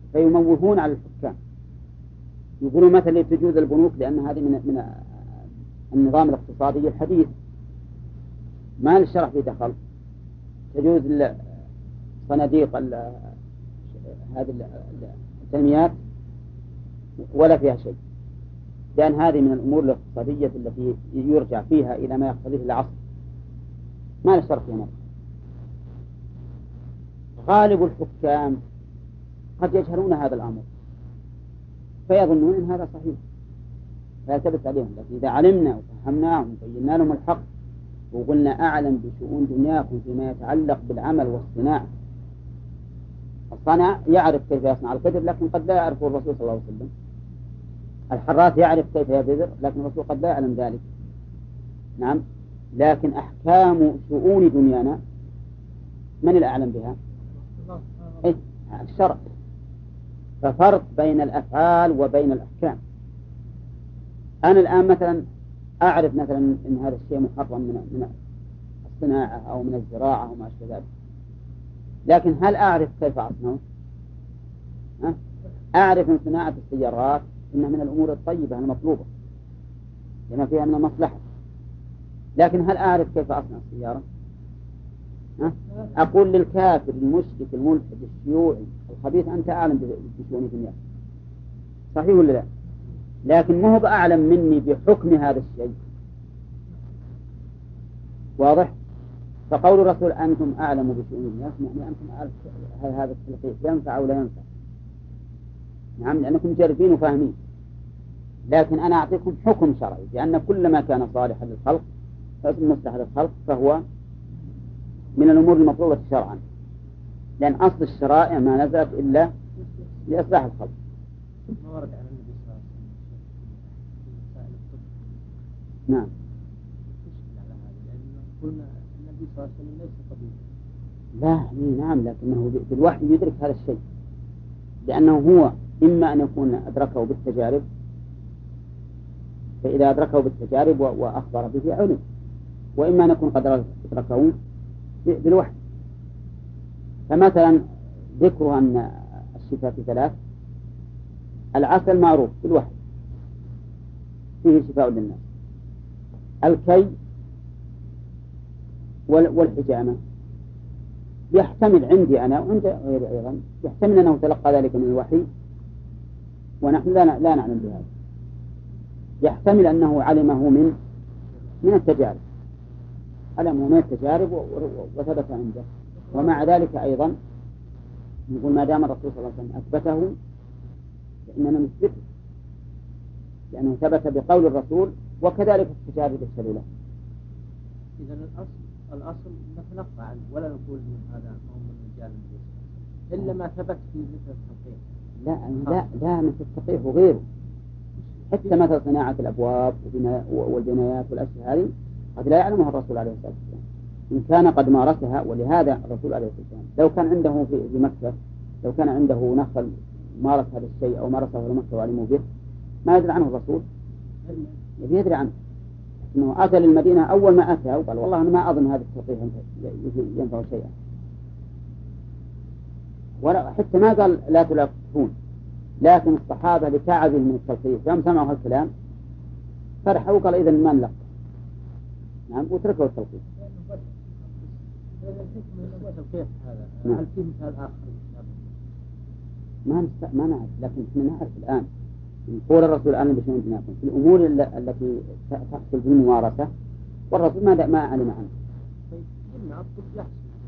فيموهون على الحكام، يقولون مثلا تجوز البنوك لأن هذه النظام الاقتصادي الحديث، ما للشرع في دخل. تجوز صناديق هذه التنميات ولا فيها شيء، لأن هذه من الأمور الاقتصادية التي يرجع فيها إلى ما يقتضيه العصر، ما للشرع فيها نفسه. غالب الحكام قد يجهلون هذا الأمر فيظنون أن هذا صحيح فيلتبس عليهم، لكن إذا علمنا وفهمناهم وبينا لهم الحق وقلنا أعلم بشؤون دنياكم فيما يتعلق بالعمل والصناعة. الصنع يعرف كيف يصنع القدر لكن قد لا يعرفه الرسول صلى الله عليه وسلم. الحراث يعرف كيف يبذر لكن الرسول قد لا يعلم ذلك. نعم، لكن أحكام شؤون دنيانا من الأعلم بها؟ الشرع. ففرق بين الأفعال وبين الأحكام. أنا الآن مثلا أعرف مثلا أن هذا الشيء محرم من الصناعة أو من الزراعة وما أشبه ذلك، لكن هل أعرف كيف أصنعه؟ أعرف أن صناعة السيارات إنها من الأمور الطيبة المطلوبة لما فيها من المصلحة، لكن هل أعرف كيف أصنع السيارة؟ أقول للكافر المشرك الملحد الشيوعي الخبيث أنت أعلم بشؤون دنياك، صحيح ولا لا؟ لكن ما هو بأعلم مني بحكم هذا الشيء. واضح؟ فقول الرسول أنتم أعلم بشؤون الناس يعني أنتم أعلم هذا التلقيح ينفع أو لا ينفع. نعم، لأنكم مجربين وفاهمين، لكن أنا أعطيكم حكم شرعي لأن كل ما كان صالحا للخلق مصلح للخلق فهو من الأمور المطلوبة شرعا، لأن أصل الشرائع ما نزلت إلا لإصلاح الخلق. ما ورد عن النبي صلى الله عليه وسلم مسائل الطب. نعم. على هذا لأنه قلنا النبي صلى الله عليه وسلم ليس طبيبا. لا نعم، لكنه بالوحي يدرك هذا الشيء، لأنه هو إما أن يكون أدركه بالتجارب، فإذا أدركه بالتجارب وأخبر به علم، وإما أن يكون قد أدركه بالوحي. فمثلا ذكر أن الشفاء في 3، العسل معروف بالوحي فيه شفاء للناس، الكي والحجامة يحتمل عندي أنا وعند غيري أيضا يحتمل أنه تلقى ذلك من الوحي ونحن لا نعلم بهذا، يحتمل أنه علمه من التجارب، علمه من التجارب وثبت عنده. ومع ذلك أيضا نقول ما دام الرسول صلى الله عليه وسلم أثبته فإننا نثبته لأنه ثبت بقول الرسول وكذلك التجارب تشهد له. إذا الأصل نتلقى عنه ولا نقول من هذا هم من رجال إلا ما ثبت في مثل التلقيح. لا مثل التلقيح وغيره، حتى مثل صناعة الأبواب والبنايات والأشياء هذه قد لا يعلمها الرسول عليه الصلاة والسلام إن كان قد مارسها. ولهذا الرسول عليه الصلاة والسلام لو كان عنده في مكة لو كان عنده نخل مارس هذا الشيء أو مارسه في مكة وعلموا به ما يدري عنه الرسول، يدري عنه، إنه أتى للمدينة أول ما أتى وقال والله أنا ما أظن هذا التلقيح ينفع شيئا، ولا حتى ما قال لا تلقحون، لكن الصحابة لتعبوا من التلقيح يوم سمعوا هالكلام فرحوا وقال إذا ما نلقح. نعم، وتركوا التلقيح. التلقيح هذا نعم. هل فيه مثال آخر؟ ما نعرف، لكن احنا نعرف الآن يقول الرسول الآن بشؤون دنياكم في الأمور التي تحصل في الممارسة والرسول ما علم عنه. طيب قلنا الطب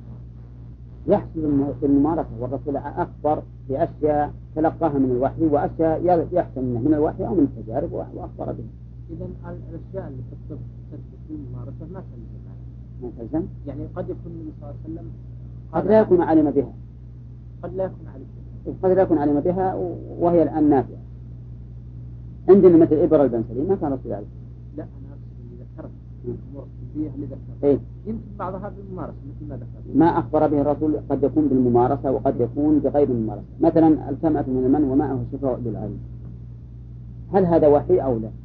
يحصل في الممارسة والرسول أخبر بأشياء تلقاها من الوحي وأشياء يحصل من الوحي أو من التجارب وأخبر به. إذا الأشياء اللي في الطب تثبت في الممارسة ما تلزم ما تلزم؟ يعني قد يكون النبي صلى الله عليه وسلم قد لا يكون علم بها، قد لا يكون علم بها، قد لا يكون علم بها وهي الآن نافعة. عندنا مثل إبر البنسلين ما كان رسول عليه. لا أنا أقصد اللي ذكرت الأمور الطبية اللي ذكرت إيه؟ يمكن بعضها بالممارسة مثل ما ذكرت. ما أخبر به الرسول قد يكون بالممارسة وقد يكون بغير الممارسة. مثلا الكمأة من المن وماءه شفاء للعين، هل هذا وحي أو لا؟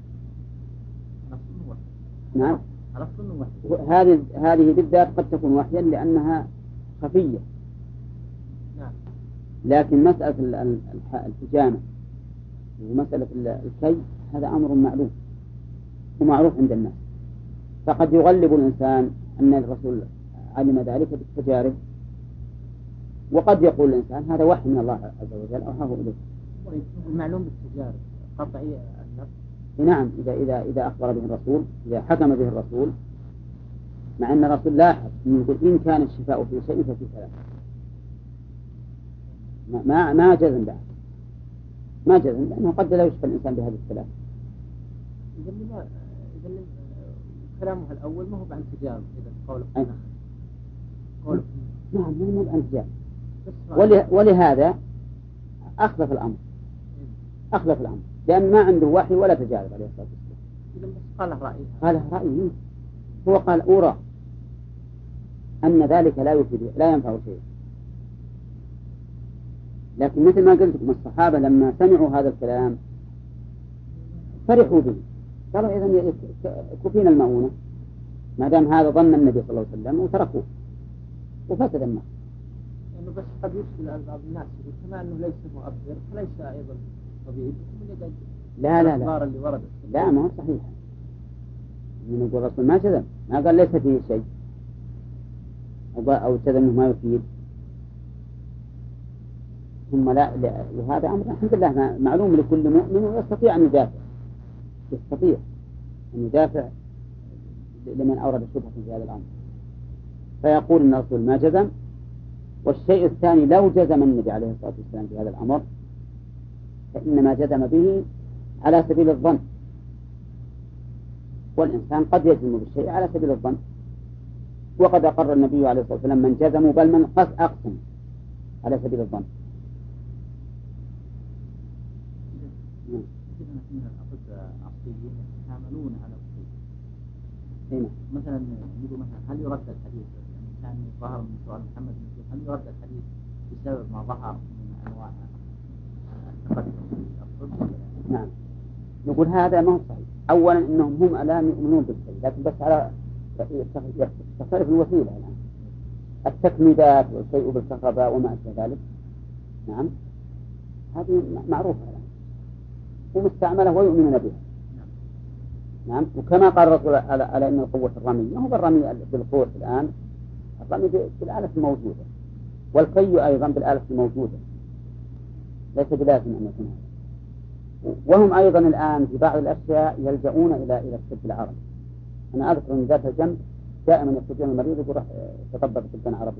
نعم، هذه بالذات قد تكون وحيا لأنها خفية. نعم. لكن مسألة الحجامة ومسألة الكي هذا أمر معلوم ومعروف عند الناس. فقد يغلب الإنسان أن الرسول علم ذلك بالتجارب، وقد يقول الإنسان هذا وحي من الله عز وجل أوحاه إليه. المعلوم بالتجارب قطعي النفس. نعم، إذا أخبر به الرسول، إذا حكم به الرسول، مع أن الرسول لاحظ يقول إن كان الشفاء في شيء ففي ثلاث، ما جزم بعد، ما جزم، لأنه قد لا يشفى الإنسان بهذه الثلاث. إذا كلامه الأول ما هو عن تجارب، إذا قوله نعم ما هو عن تجارب، ولهذا أخلف الأمر، لأن ما عنده وحي ولا تجارب عليه الصلاة والسلام. إذا بس قال رأيه، هو قال أرى أن ذلك لا ينفع شيء. لكن مثل ما قلت لكم الصحابة لما سمعوا هذا الكلام فرحوا به، قالوا إذن كفينا المؤونة ما دام هذا ظن النبي صلى الله عليه وسلم، وتركوه وفسد الناس. يعني بس قد يشكل على بعض الناس كما أنه ليس مؤثر فليس أيضا طبيعي. لا اللي وردت لا ما هو صحيح. من يقول الرسول ما جزم، ما قال ليس فيه شيء أو جزم أنه ما يفيد. ثم لا وهذا أمر الحمد لله معلوم لكل مؤمن، ويستطيع أن يدافع لمن أورد الشبهة في هذا الأمر. فيقول أن الرسول ما جزم. والشيء الثاني لو جزم النبي عليه الصلاة والسلام في هذا الأمر فإنما جزم به على سبيل الظن، والإنسان قد يجزم بالشيء على سبيل الظن. وقد أقر النبي عليه الصلاة والسلام من جزموا بل من أقسم على سبيل الظن. من الأطباء العصريين يتعاملون على الطب. مثلا يقول مثلا هل يرد الحديث يعني كان ظهر من سؤال محمد بن هل يرد الحديث بسبب ما ظهر من أنواع التقدم في الطب؟ نعم، نقول هذا ما هو صحيح. أولا إنهم هم الآن يؤمنون بالشيء، لكن بس على تختلف الوسيلة الآن. التكميدات والشيء بالكهرباء وما أشبه ذلك، نعم هذه معروفة الآن ومستعملة ويؤمنون بها. نعم. وكما قال الرسول على أن القوة الرمية، هو الرمي بالقوة الآن، الرمي بالآلة الموجودة، والكي أيضا بالآلة الموجودة، ليس بلازم أن يكون هذا. وهم أيضا الآن في بعض الأشياء يلجؤون إلى الطب العربي. أنا أذكر من ذات الجنب دائما يستطيع المريض يقول تطبق طبا عربيا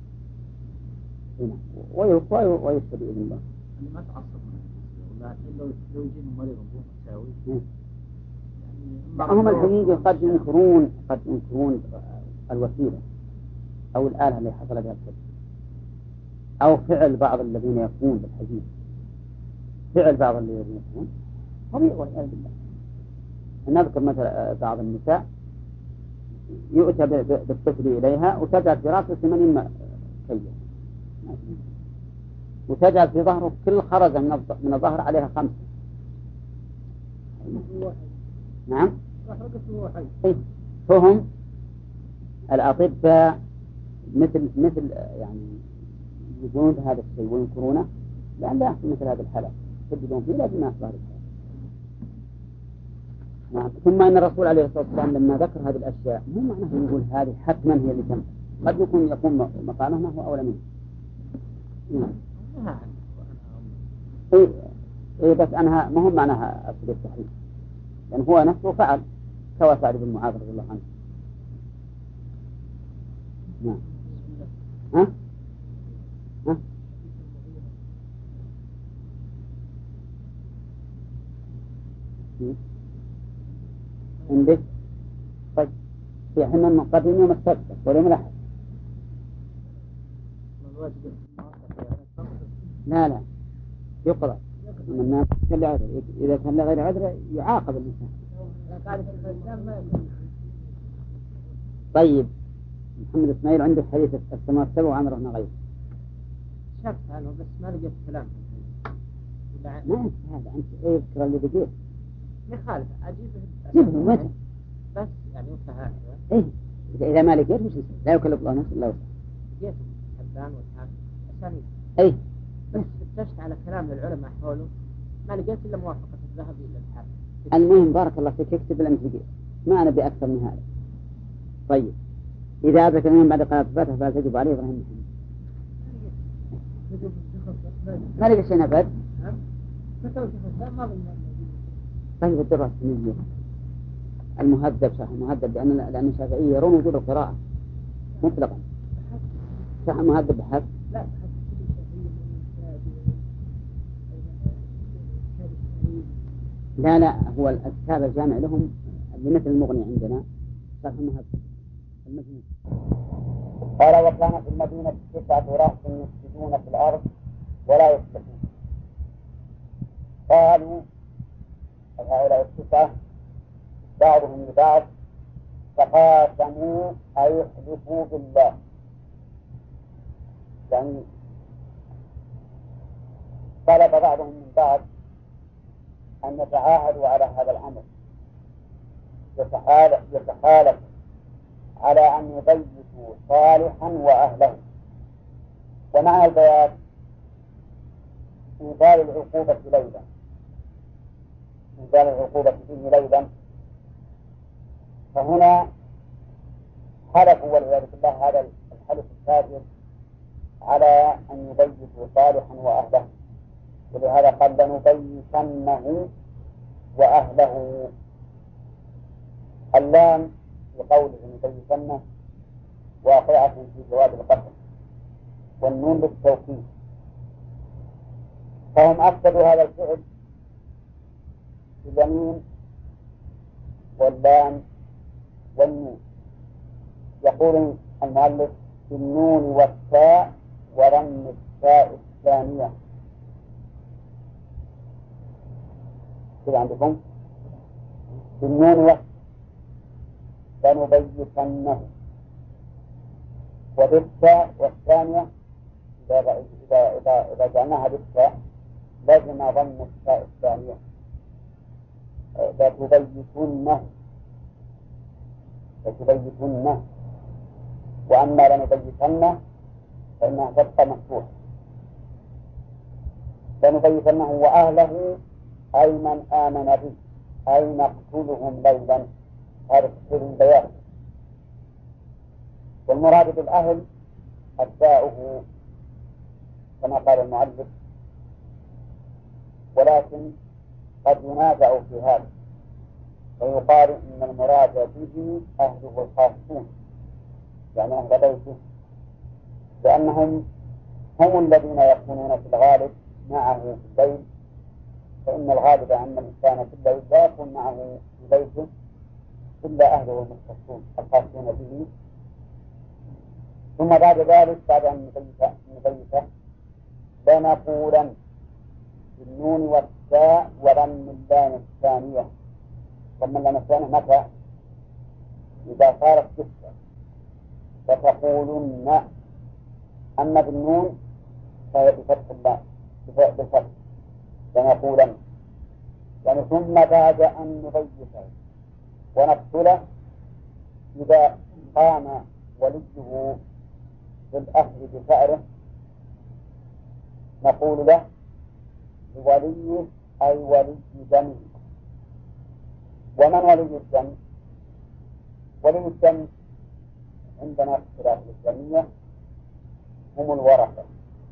ويشفى بإذن الله. أنا ما تعصب ولا لو يجيهم مريض مو مساوي. هم الحقيقة قد ينكرون الوسيلة أو الآلة اللي حصل بها الطب، أو فعل بعض الذين يقومون بالحديث، فعل بعض الذين يقومون طبيعي والعياذ بالله. نذكر مثلا بعض النساء يؤتى بالطفل إليها وتجعل في رأسه 80 كية، وتجعل في ظهره كل خرزة من الظهر عليها 5. نعم. فهم الأطباء مثل يعني يقولون هذا الشيء وينكرونه، لأن لا يحصل مثل هذا الحالة يسجدون فيه لازم يحصل هذا الحالة. نعم. ثم أن الرسول عليه الصلاة والسلام لما ذكر هذه الأشياء مو معناه يقول هذه حتما هي اللي تنفع، قد يكون مقامه ما هو أولى منه. نعم. إيه بس أنها ما هو معناها أصل التحريم، لأن هو نفسه فعل سوى سعد بن معاذ رضي الله عنه. نعم. ها؟ عندك طيب في حين مقدم يوم السبت واليوم الأحد. لا يقرأ من الناس إذا كان لغير عذر يعاقب الإنسان. طيب محمد إسماعيل عنده حديث السماء السبع وعمرهن غير شفت عنه بس ما لقيت كلام. ما هذا أنت اذكر اللي بقيت يخالف أجيبه متى بس يعني وفها إذا ما لقيت مش لا يكلف الله نفسا إلا وسعها. لقيت حبان والحان أي بس فتشت على كلام العلماء حوله ما لقيت إلا موافقة الذهبي إلى الحال. المهم بارك الله فيك اكتب الأمثلة، ما أنا بأكثر من هذا. طيب إذا أدرك الإمام بعد قراءة الفاتحة فلا تجب عليه إبراهيم محمد. ما لقى شيء نفذ. طيب الدراسة السنية المهذب صح المهذب لأن الشافعية يرون وجوب القراءة مطلقا. صح المهذب بحث. لا هو الكتاب الجامع لهم اللي مثل المغني عندنا صح المهذب المجنون. قال وكان في المدينة 9 رهط يفسدون في الأرض ولا يصلحون. قالوا هؤلاء 9 بعضهم لبعض تقاسموا أي يحلفوا بالله، يعني طلب بعضهم من بعض أن يتعاهدوا على هذا الأمر، يتحالف على أن يبيتوا صالحا وأهله. ومع البيات إنزال العقوبة ليلا، إنزال العقوبة فيه ليلا. فهنا حلفوا والعياذ بالله هذا الحلف الكافر على أن يبيتوا صالحا وأهله، ولهذا قال لنبيتنه وأهله. اللام بقوله نبيتنه واقعة في جواب القسم، والنون للتوكيد. فهم أفسدوا هذا الفعل باليمين واللام والنون. يقول المؤلف بالنون والتاء ورم التاء الثانية. كده عندكم بالنون والتاء لنبيتنه، وبالتاء والثانية إذا جعلناها بالتاء لازم ضم التاء الثانية لتبيتنه. وأما لنبيتنه فإنها تبقى مفتوحة. لنبيتنه وأهله أي من آمن به، أي نقتلهم ليلا. هذا تفسير البيان. والمراد بالأهل أتباعه كما قال المؤلف، ولكن قد ينازع في هذا ويقال إن المراد به أهله الخاصون، يعني أهل بيته، لأنهم هم الذين يكونون في الغالب معه في الليل، فإن الغالب أن الإنسان في الليل لا يكون معه في بيته إلا أهله المختصون الخاصون به. ثم بعد ذلك بعد أن نبيته لنقولن بالنون والتاء وضم اللام الثانية. ضم اللام الثانية متى؟ إذا صارت 6 فتقولن. أما بالنون فهي بفتح اللام بالفتح لنقولن. يعني ثم بعد أن نبيته ونقتله إذا قام وليه بالأخذ بثأره نقول له ولي أي ولي دم. ومن ولي الدم؟ ولي الدم عندنا في الخلاف الإسلامية هم الورثة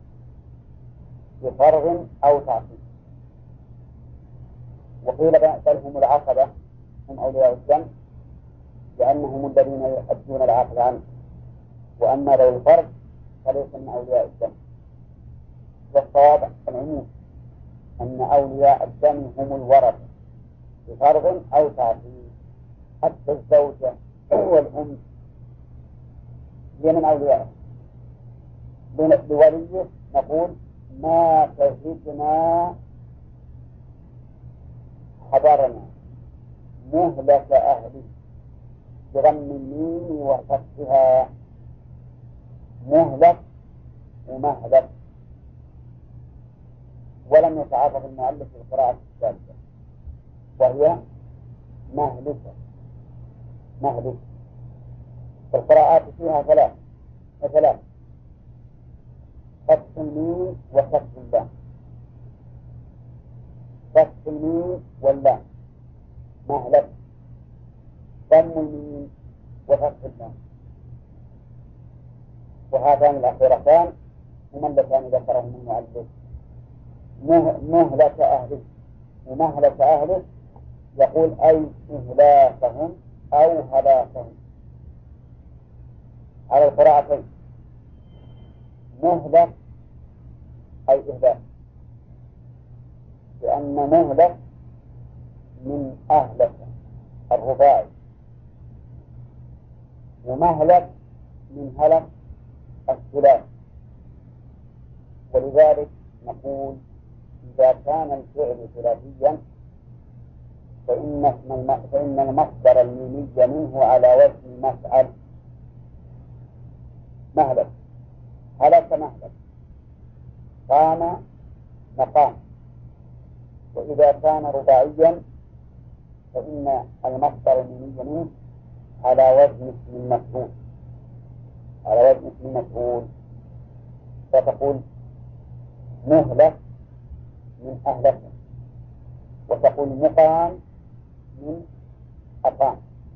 بفرض أو تعصيب، وقيل بل هم العصبة، هم أولياء الدم لأنهم الذين يؤدون العقل عنه. وأما ذوي الفرض فليس من أولياء الدم. والصواب العموم أن أولياء الدم هم الورثة بفرض أو تعصيب. حتى الزوجة والأم هي من أولياء. لوليه نقول ما شهدنا حضرنا مهلك أهله بضم الميم وفتحها، مهلك ومهلك. ولم يتعرض المؤلف للقراءة الثالثة وهي مهلكة. مهلك القراءات فيها ثلاث فتح الميم وفتح اللام. فتح الميم واللام مهلك ضم الميم وفتح اللام، وهاتان الأخيرتان هما اللتان ذكرهما المؤلف. مهلك أهله ومهلك أهله يقول أي إهلاكهم أو هلاكهم على القراءتين. مهلك أي إهلاك، لأن مهلك من أهلك الرباعي، ومهلك من هلك الثلاث. ولذلك نقول إذا كان الفعل ثلاثيا فإن المصدر الميمي منه على وزن مفعل. مهلك هلك مهلك، قام مقام. وإذا كان رباعيا فإن المصدر الميمي منه على وزن اسم مفعول، على وزن اسم مفعول. فتقول مهلك من أهلك، وتقول مقام من أقام.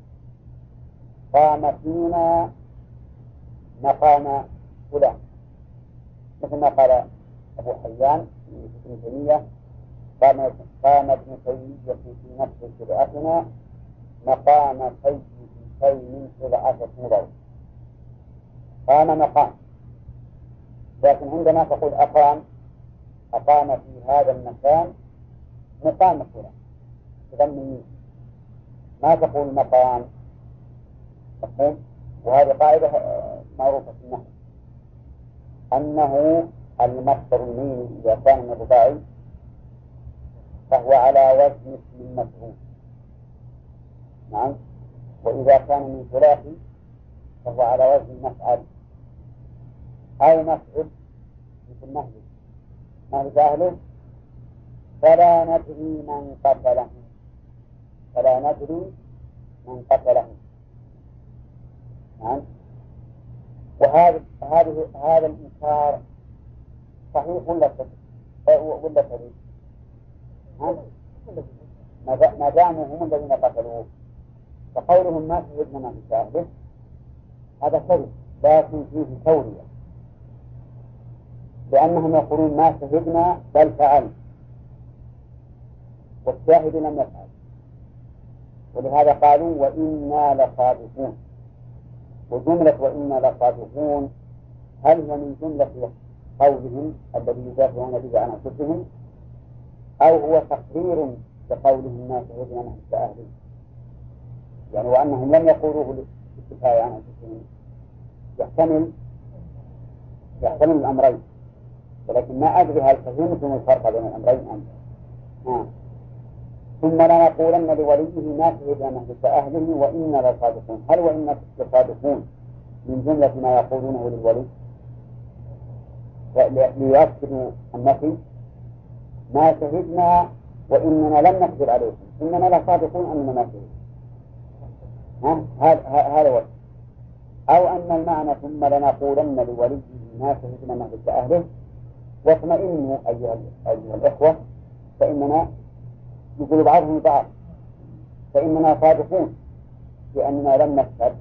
قام فينا مقام فلان، مثل ما قال أبو حيان في ابن تيمية: قام ابن تيمية في نفس شرعتنا مقام سيد من شرعة مضر. قام مقام، لكن عندما تقول أقام في هذا المكان مقام فلان تضمن، ما تقول مقام. مفهوم؟ وهذه قاعدة معروفة في النحو، أنه المصدر الميمي إذا كان من الرباعي فهو على وزن اسم مفعول. نعم. وإذا كان من ثلاثي فهو على وزن مفعل أو مفعل، مثل مهلك أهله فلا ندري من قتله، فلا ندري من قتله. نعم. هذا الإنكار صحيح ولا كذب؟ ما داموا هم الذين قتلوه، فقولهم ما شهدنا ما في شاهده هذا كذب، لكن فيه تورية، لأنهم يقولون ما شهدنا بل فعل، والشاهد لم يفعل. ولهذا قالوا وإنا لصادقون. وجملة وإنا لصادقون هل هي من جملة قولهم الذي يدافعون به عن أنفسهم، أو هو تقرير لقولهم ما شهدنا نحن كأهله، يعني وأنهم لم يقولوه للدفاع عن أنفسهم؟ يحتمل الأمرين، ولكن ما أدري هل فهمتم الفرق بين الأمرين أم ثم لنقولن لوليه ما شهدنا نحن كأهله وإنا لصادقون. هل وإنا لصادقون من جملة ما يقولونه للولي ليؤكدوا النفي؟ ما شهدنا وإننا لم نكذب عليكم، إننا لصادقون أننا ما شهدنا. هذا هو. أو أن المعنى ثم لنقولن لوليه ما شهدنا نحن كأهله واطمئنوا أيها الإخوة، فإننا يقول بعضهم بعض فإننا صادقون لأننا لم نكذب.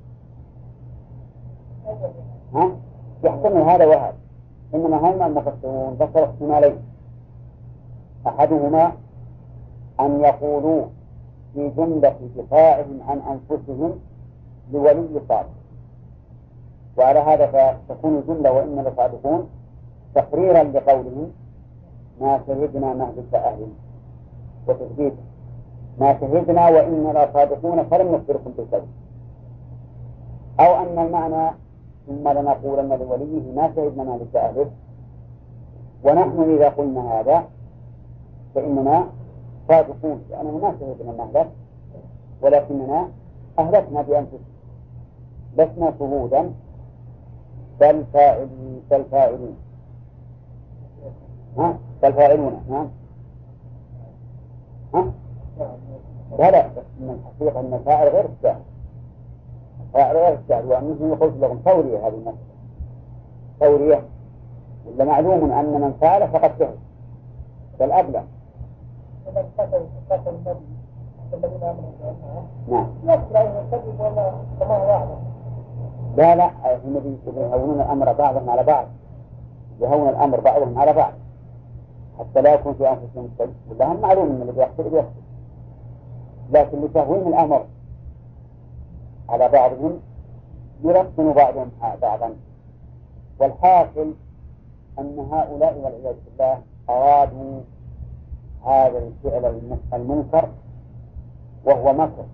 يحتمل هذا وهذا، إنما هم المفسرون ذكروا احتمالين: أحدهما أن يقولوا في جملة دفاعهم عن أنفسهم لولي صادق، وعلى هذا فتكون الجملة وإنا لصادقون تقريرا لقولهم ما شهدنا نهلك أهله، وتثبيت ما شهدنا وإنا لصادقون فلم نخبركم بالكذب. أو أن المعنى ثم لنقولن لوليه ما شهدنا نهلك أهله، ونحن إذا قلنا هذا فإننا صادقون لأننا ما شهدنا نهلك، ولكننا أهلكنا بأنفسنا، لسنا شهودا بل فاعلون. بل فاعلون. لا من الحقيقة أن الفاعل غير الشاهد، الفاعل غير الشاهد، وأنه يقول لهم تورية. هذه المسألة تورية، ولا معلوم أن من فعل فقد شهد بل أبلغ. الذين آمنوا بأنها نعم. يذكر أن يكذب ولا كما هو أعلم. لا هم يهونون الأمر بعضهم على بعض، يهون الأمر بعضهم على بعض حتى لا يكون في أنفسهم شيء، والله معلوم أن الذي يخطئ، لكن لتهوين الأمر على بعضهم يرسم بعضهم بعضا. والحاصل أن هؤلاء والعياذ بالله أرادوا هذا الفعل المنكر وهو مكر،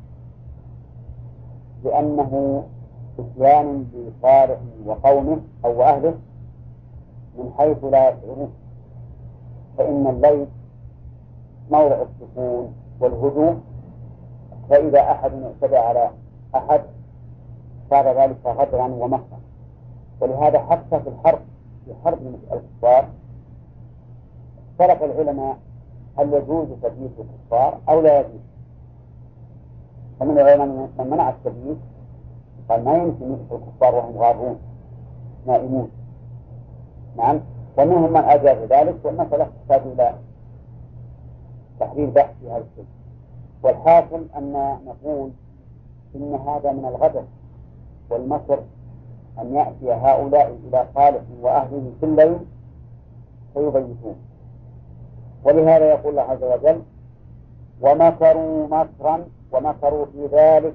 لأنه إتيان بصالح وقومه أو أهله من حيث لا يشعرون، فإن الليل موضع السكون والهدوء، فإذا أحد اعتدى على أحد صار ذلك غدرا ومكرا. ولهذا حتى في الحرب، في حرب الكفار، اختلف العلماء هل يجوز تبييت الكفار أو لا يجوز. فمن العلماء من منع التبييت، قال ما يمكن يدخل الكفار وهم غارون نائمون. نعم. ومنهم من أجاز ذلك، والمسألة تحتاج إلى تحرير بحث في هذا الشيء. والحاصل أن نقول إن هذا من الغدر والمكر أن يأتي هؤلاء إلى صالح وأهله في الليل فيبيتون. ولهذا يقول الله عز وجل: ومكروا مكرا ومكروا في ذلك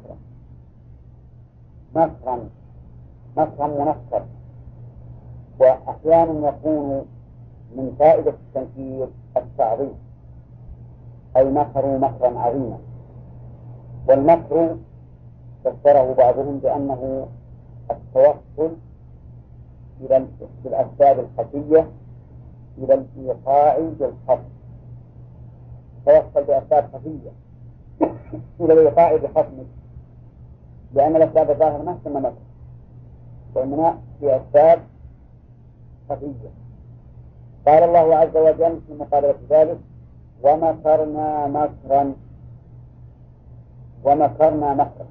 مكرا منكر. وأحيانا يكون من فائدة التنكير التعظيم، أي مكروا مكرا عظيما. والمكر فسره بعضهم بأنه التوصل إلى الأسباب الخفية إلى الإيقاع بالخطأ، توصل بأسباب خفية إلى الإيقاع بخصمه، لأن الأسباب الظاهرة ما تسمى مكر، وإنما في أسباب خفية. قال الله عز وجل في مقابلة ذلك: ومكرنا مكرا،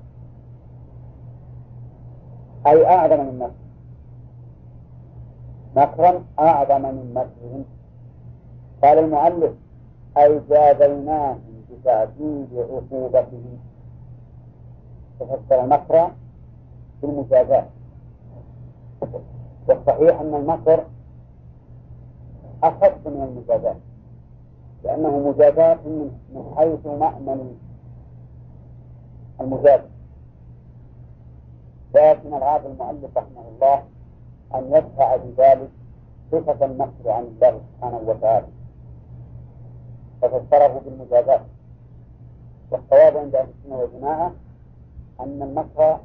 أي أعظم من مكر، مكرا أعظم من مكرهم. قال المؤلف: أي جازيناهم بتعديل عقوبته، تفسر المكر بالمجازات. والصحيح أن المكر أخف من المجازات، لأنه مجازات من حيث مأمن المجازة. لكن أراد المؤلف رحمه الله أن يدفع بذلك صفة المكر عن الله سبحانه وتعالى، ففسره بالمجازات. والصواب عند أهل السنة والجماعة أن المكر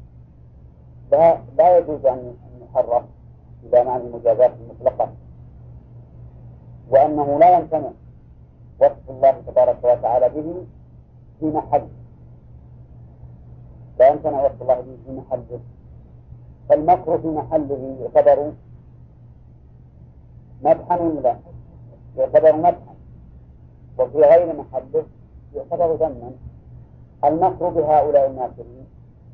لا يجوز أن يحرف إلى معنى المجازات المطلقة، وأنه لا يمتنع وصف الله تبارك وتعالى به في محله، لا يمتنع وصف الله به في محله. فالمكر في محله يعتبر مدحا ولا لا؟ يعتبر مدحا، وفي غير محله يعتبر ذما. المكر بهؤلاء الماكرين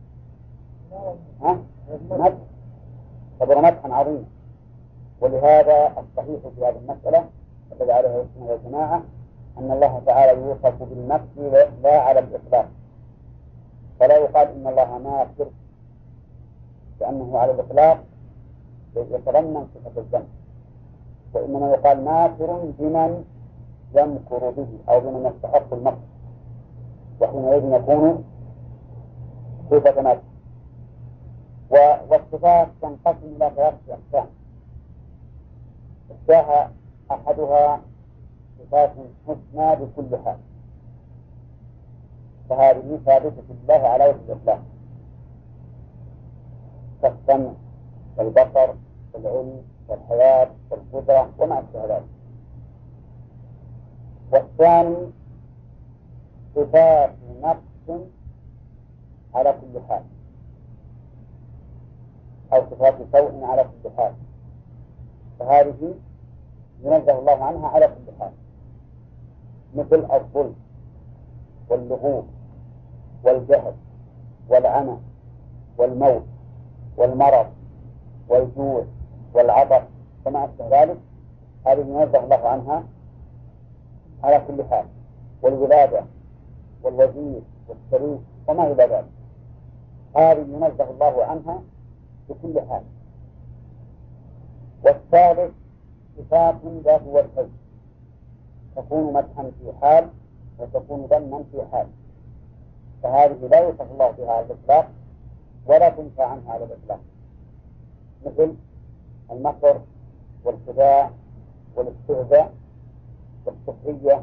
مدح، يعتبر مدحا عظيما. ولهذا الصحيح في هذه المسألة الذي عليه السنة والجماعة أن الله تعالى يوصف بالمكر لا على الإطلاق، فلا يقال إن الله ماكر، لأنه على الإطلاق يتضمن صفة الذنب، وإنما يقال ماكر بمن يمكر به أو بمن يستحق المكر، وحينئذ يكون صفة مكر. والصفات تنقسم إلى 3 أقسام. الصفة أحدها صفات حسنى بكل حال، فهذه ثابتة لله على وجه الإطلاق، كالسمع والبصر والعلم والحياة والقدرة وما أشبه ذلك. والثاني صفات نقص على كل حال، أو صفات سوء على كل حال، فهذه ينزه الله عنها على كل حال، مثل الظلم واللغوب والجهل والعمى والموت والمرض والجوع والعطش وما أشبه ذلك، هذه ينزه الله عنها على كل حال. والولادة والوزير والشريك وما إلى ذلك، هذه ينزه الله عنها بكل حال. والثالث صفات ذات وجهين، تكون مدحا في حال وتكون ذما في حال، فهذه لا يوصف الله بها على الإطلاق ولا تنفى عنها على الإطلاق، مثل المكر والخداع والاستهزاء والسخرية.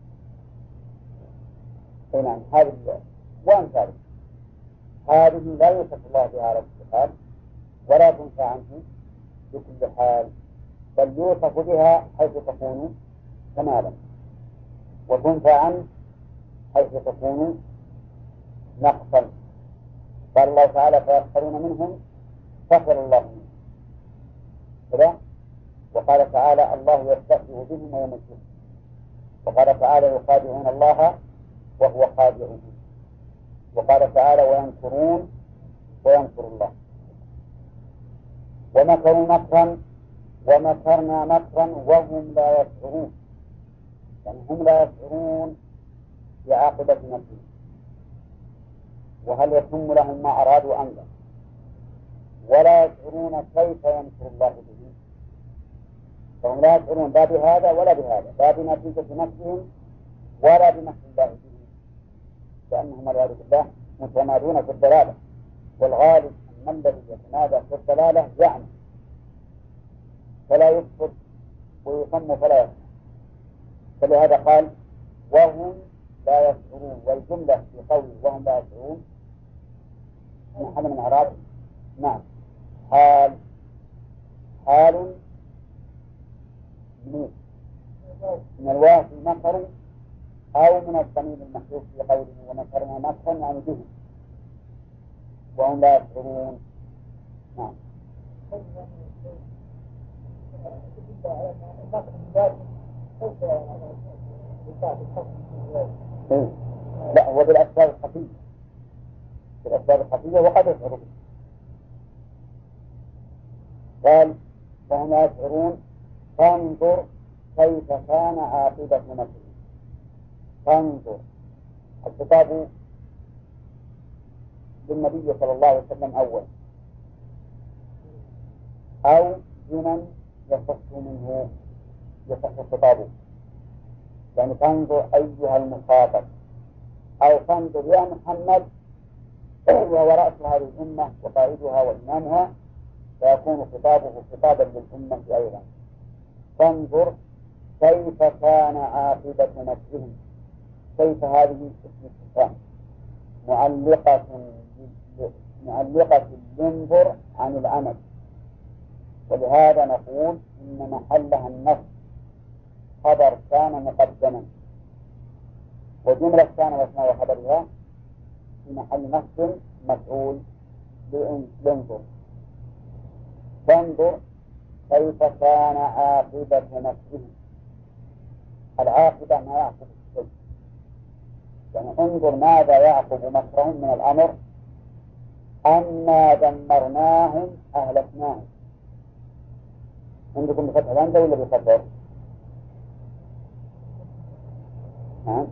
نعم، هذه وأمثالها، هذه لا يوصف الله بها على الإطلاق ولا تنفى عنه بكل حال، بل يوصف بها حيث تكون كمالا، وتنفى عنه حيث تكون نقصا. قال الله تعالى: فيسخرون منهم سخر الله منهم كذا. وقال تعالى: الله يستهزئ بهم ويمجدهم. وقال تعالى: يخادعون الله وهو خادعهم. وقال تعالى: ويمكرون ويمكر الله. ومكروا مكرا ومكرنا مكرا وهم لا يشعرون، يعني هم لا يشعرون بعاقبة نفسهم، وهل يتم لهم ما أرادوا أم لا، ولا يشعرون كيف يمكر الله بهم، فهم لا يشعرون لا بهذا ولا بهذا، لا بنتيجة نفسهم ولا بمكر الله بهم، لأنهم والعياذ بالله متمادون في الضلالة، والغالب أن الذي يتمادى في الضلالة يعمى فلا يبصر ويصم فلا يسمع. فلهذا قال: وهم لا يشعرون، والجملة في قوله وهم لا يشعرون محل من إعراب. نعم، حال من الواو في مكر أو من الضمير المحذوف في قوله ومكرنا مكرا، يعني بهم وهم لا يشعرون. نعم. لا، هو بالأسباب الخفية، بالأسباب الخفية وقد يشعر به. قال: وهم لا يشعرون فانظر كيف كان عاقبة مكرهم. فانظر، الخطاب للنبي صلى الله عليه وسلم أول، أو بمن يصح منه يصح خطابه، يعني فانظر أيها المخاطب، أو فانظر يا محمد وهو رأس هذه الأمة وقائدها وإمامها، فيكون خطابه خطابا للأمة أيضا. فانظر كيف كان عاقبة مكرهم. كيف هذه اسم استفهام معلقة ينظر عن العمل، ولهذا نقول إن محلها النصب، خبر كان مقدما، وجملة كان واسمها وخبرها في محل نصب مفعول لانظر. فانظر كيف كان عاقبة مكرهم. العاقبة ما يعقب الشيء، يعني انظر ماذا يعقب مكرهم من الأمر. أنا دمرناهم أهلكناهم. عندكم بفتح الهمزة ولا بكسر؟ نعم،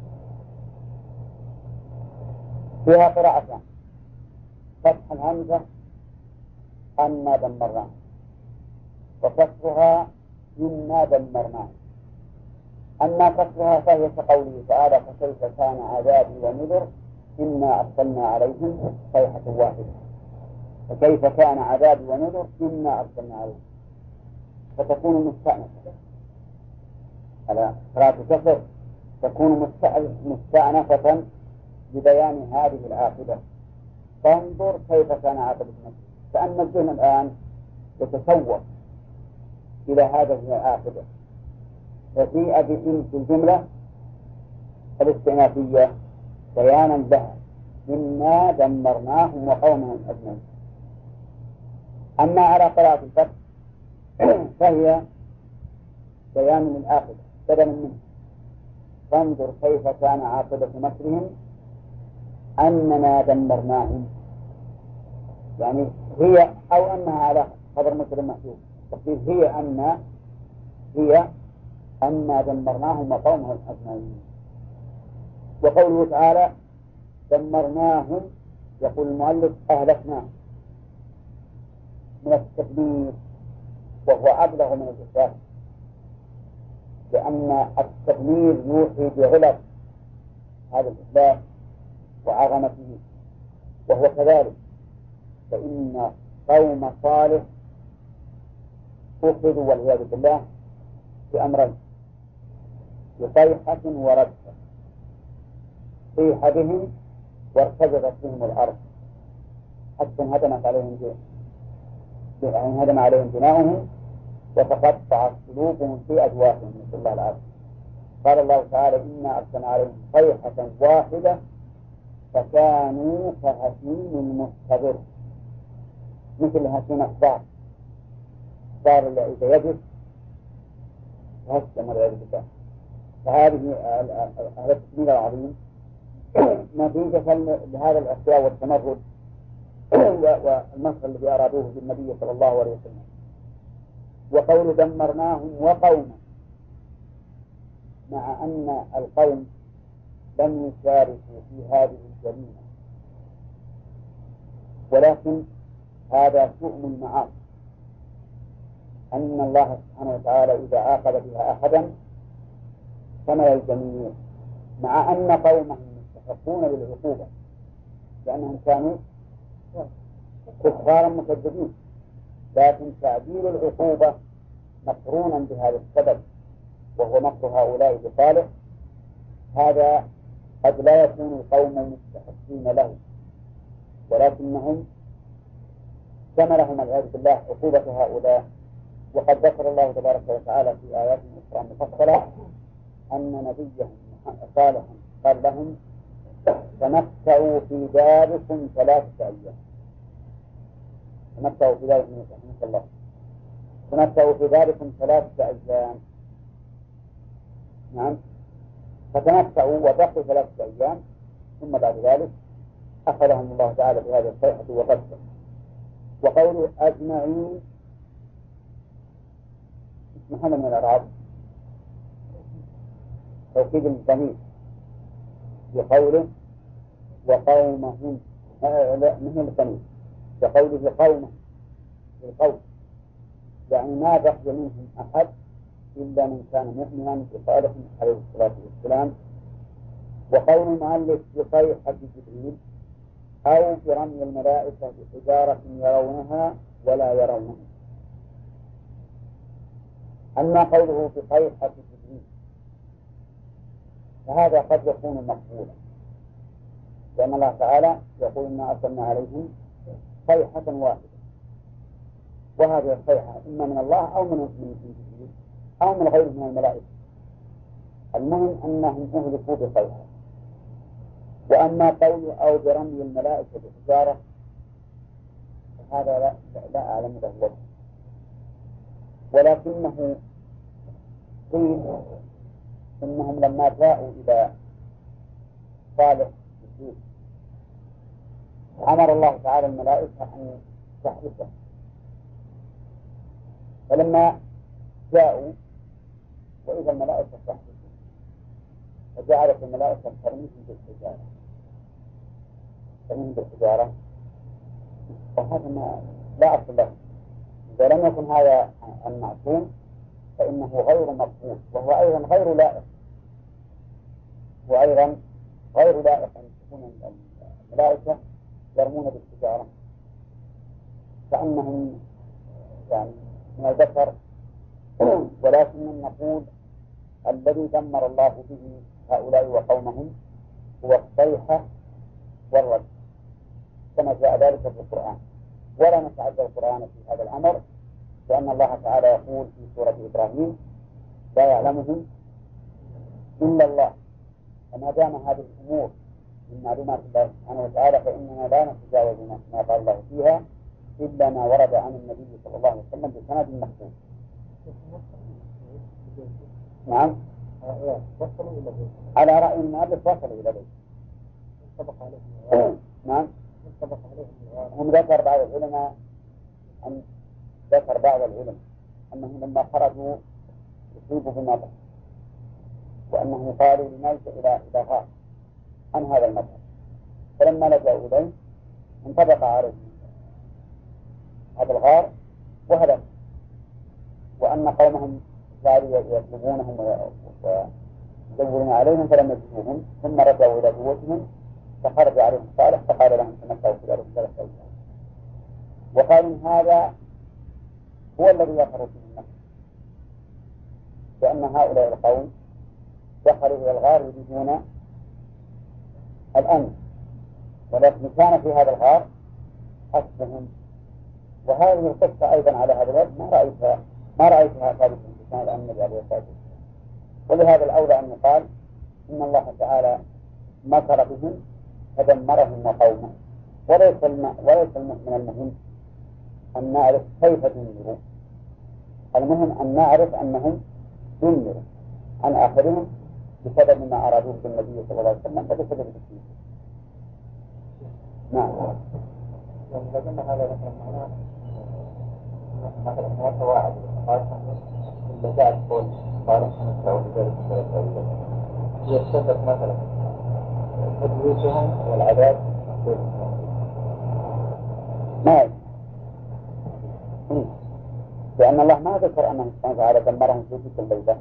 فيها قراءتان: فتح الهمزة أنا دمرناهم، وكسرها إنا دمرناهم. أما كسرها فهي كقوله تعالى: فكيف كان عذابي ونذر إنا أرسلنا عليهم صيحة واحدة. فكيف كان عذابي ونذر إنا أرسلنا عليهم، فتكون مستأنفة على قراءة كسر، تكون مستأنفة ببيان هذه العاقبة. فانظر كيف كان عاقبة مكرهم، كأن الذهن الآن يتسوق إلى هذه العاقبة، فجيء بالجملة الاستئنافية بيانا لها: إنا دمرناهم وقومهم أجمعين. أما على قراءة الفتح فهي بيان للعاقبة بدلا منه: فانظر كيف كان عاقبة مكرهم أننا دمرناهم، يعني هي أو أنها على خبر مكر محذوف، هي أنا دمرناهم وقومهم أجمعين. وقوله تعالى دمرناهم، يقول المؤلف أهلكناهم من التكبير، وهو أبلغ من الإفراد، لأن التكبير يوحي بعلم هذا الإفلاس وعظمته، وهو كذلك، فإن قوم صالح أخذوا والعياذ بالله بأمرين، بصيحة ورجفة، صيح بهم وارتجفت بهم الأرض حتى انهدم عليهم بناؤهم وتقطعت قلوبهم في أجوافهم، نسأل الله العافية. قال الله تعالى إنا أرسلنا عليهم صيحة واحدة فكانوا كهشيم المستظر، مثل هشيم الصعب صار اللي إذا يجب هشم والعياذ بالله. فهذه هذا التكميل العظيم نتيجة لهذا الاختيار والتمرد والمصر الذي أرادوه بالنبي صلى الله عليه وسلم. وقول دمرناهم وقوما، مع أن القوم لم يشاركوا في هذه الجريمة، ولكن هذا شؤم المعاصي، أن الله سبحانه وتعالى إذا عاقب بها أحدا شمل الجميع، مع أن قومهم يستحقون للعقوبة لأنهم كانوا كفارا مكذبين، لكن تعديل العقوبة مقرونا بهذا السبب وهو مكر هؤلاء بصالح، هذا قد لا يكون القوم مستحقين له، ولكنهم شملهم والعياذ بالله عقوبة هؤلاء. وقد ذكر الله تبارك وتعالى في آيات أخرى مفصلة أن نبيهم صالحا قال لهم تمتعوا في داركم 3 أيام. تمتعوا في داركم رحمك الله، تمتعوا في داركم 3 أيام. نعم، فتمتعوا وبقوا 3 أيام، ثم بعد ذلك أخذهم الله تعالى بهذه الصيحة وغزة. وقولوا أجمعين اسم حمل من الأعراب توكيد الضمير بقوله وقومهم، لا مثل الضمير بقوله قومهم بالقول، يعني ما بقي منهم أحد إلا من كان مؤمنا بصالح عليه الصلاة والسلام. وقول المؤلف بصيحة جبريل أو برمي الملائكة بحجارة يرونها ولا يرونها. أما قوله بصيحة جبريل فهذا قد يكون مقبولا، لأن الله تعالى يقول إنا أرسلنا عليهم صيحة واحدة، وهذه الصيحة إما من الله أو من جبريل أو من غيره من الملائكة، المهم أنهم أهلكوا بصيحة. وأما قول أو برمي الملائكة بحجارة فهذا لا أعلم له وجه، ولكنه قيل إنهم لما جاءوا إلى صالح الدين أمر الله تعالى الملائكة أن تحرسه، فلما جاءوا وإذا الملائكة تحرسه فجعلت الملائكة ترميهم بالحجارة، وهذا ما لا أصل له. إذا لم يكن هذا المعصوم فإنه غير مقبول، وهو أيضا غير لائق، وأيضا غير لائق أن تكون الملائكة يرمون بالحجارة، كأنهم يعني من البشر. ولكن نقول الذي دمر الله به هؤلاء وقومهم هو الصيحة والرجم، كما جاء ذلك في القرآن. ولا نتعدى القرآن في هذا الأمر، لأن الله تعالى يقول في سورة إبراهيم لا يعلمهم إلا الله، فما دام هذه الأمور من معلومات الله سبحانه وتعالى فإننا لا نتجاوز ما قال الله فيها إلا ما ورد عن النبي صلى الله عليه وسلم بسند مخصوص. نعم، على رأي المؤلف وصلوا إلى ذلك. نعم، هم ذكر بعض العلماء أنهم لما خرجوا يصيبوا بمطر، وأنه قالوا لنلجأ إلى غار عن هذا المذهب، فلما لجأوا إليه انطبق عليهم هذا الغار وهلك، وأن قومهم صاروا يطلبونهم ويدورون عليهم فلم يجدوهم، ثم رجعوا إلى بيوتهم فخرج عليهم صالح فقال لهم تمتعوا في الأرض 3 أيام، وقالوا هذا هو الذي يظهر فيه النصر، لأن هؤلاء القوم دخلوا إلى الغار يريدون الأمن، ولكن كان في هذا الغار حسبهم. وهذه القصة أيضا على هذا الوجه ما رأيتها ثابتة في كتاب النبي عليه الصلاة والسلام، ولهذا الأولى أن يقال إن الله تعالى مكر بهم فدمرهم وقومه، وليس من المهم أن نعرف كيف دمروا، المهم أن نعرف أنهم دمروا عن آخرهم بسبب ما أرادوه بالنبي صلى الله عليه وسلم وبسبب التكليف. نعم. لكن هذا مثلا هو قواعد اللي قاعد تقول صالح نسأل بذلك يتصدق مثلا تدريسهم والعذاب ما لأن الله ما ذكر أنه سبحانه وتعالى دمرهم في تلك الليلة.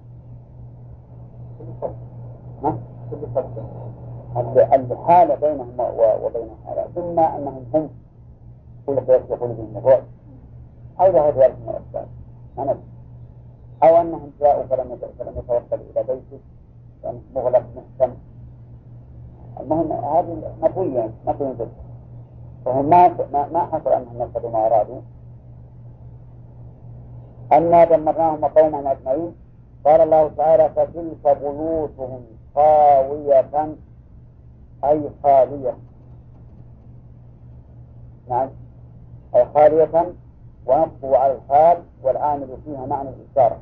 الحالة بينهم وبين هذا، إما أنهم هم كل قياس يقول بهم الرعب أو ذهب ذلك من الأسباب، أو أنهم جاءوا فلم يتوصلوا إلى بيته يعني مغلق محكم. المهم هذه مطوية ذلك، فهم ما حصل أنهم نفذوا ما أرادوا. أنا دمرناهم وقومهم أجمعين. قال الله تعالى فتلك بيوتهم خاوية أي خالية، نعم أي خالية، ونصبوا على الحال والعامل فيها معنى الإشارة.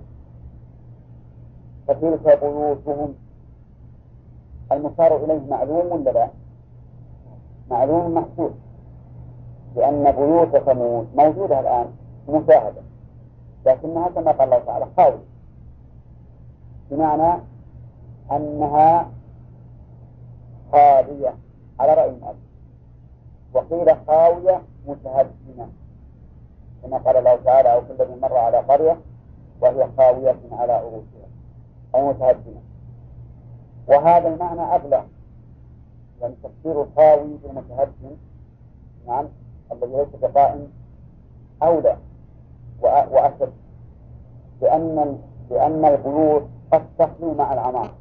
فتلك بيوتهم المشار إليه معلوم ولا لا؟ معلوم محسوس، لأن بيوت ثمود موجودة الآن مشاهدة، لكنها كما قال الله تعالى خاوية، بمعنى أنها خاوية على رأي المؤلف، وقيل خاوية متهدمة كما قال الله تعالى أو كل الذي مر على قرية وهي خاوية على عروشها أي متهدمة. وهذا المعنى أبلغ، يعني تفسير الخاوي بالمتهدم نعم الذي ليس بقائم أولى وأشد، لأن البيوت قد تخلو مع العمار،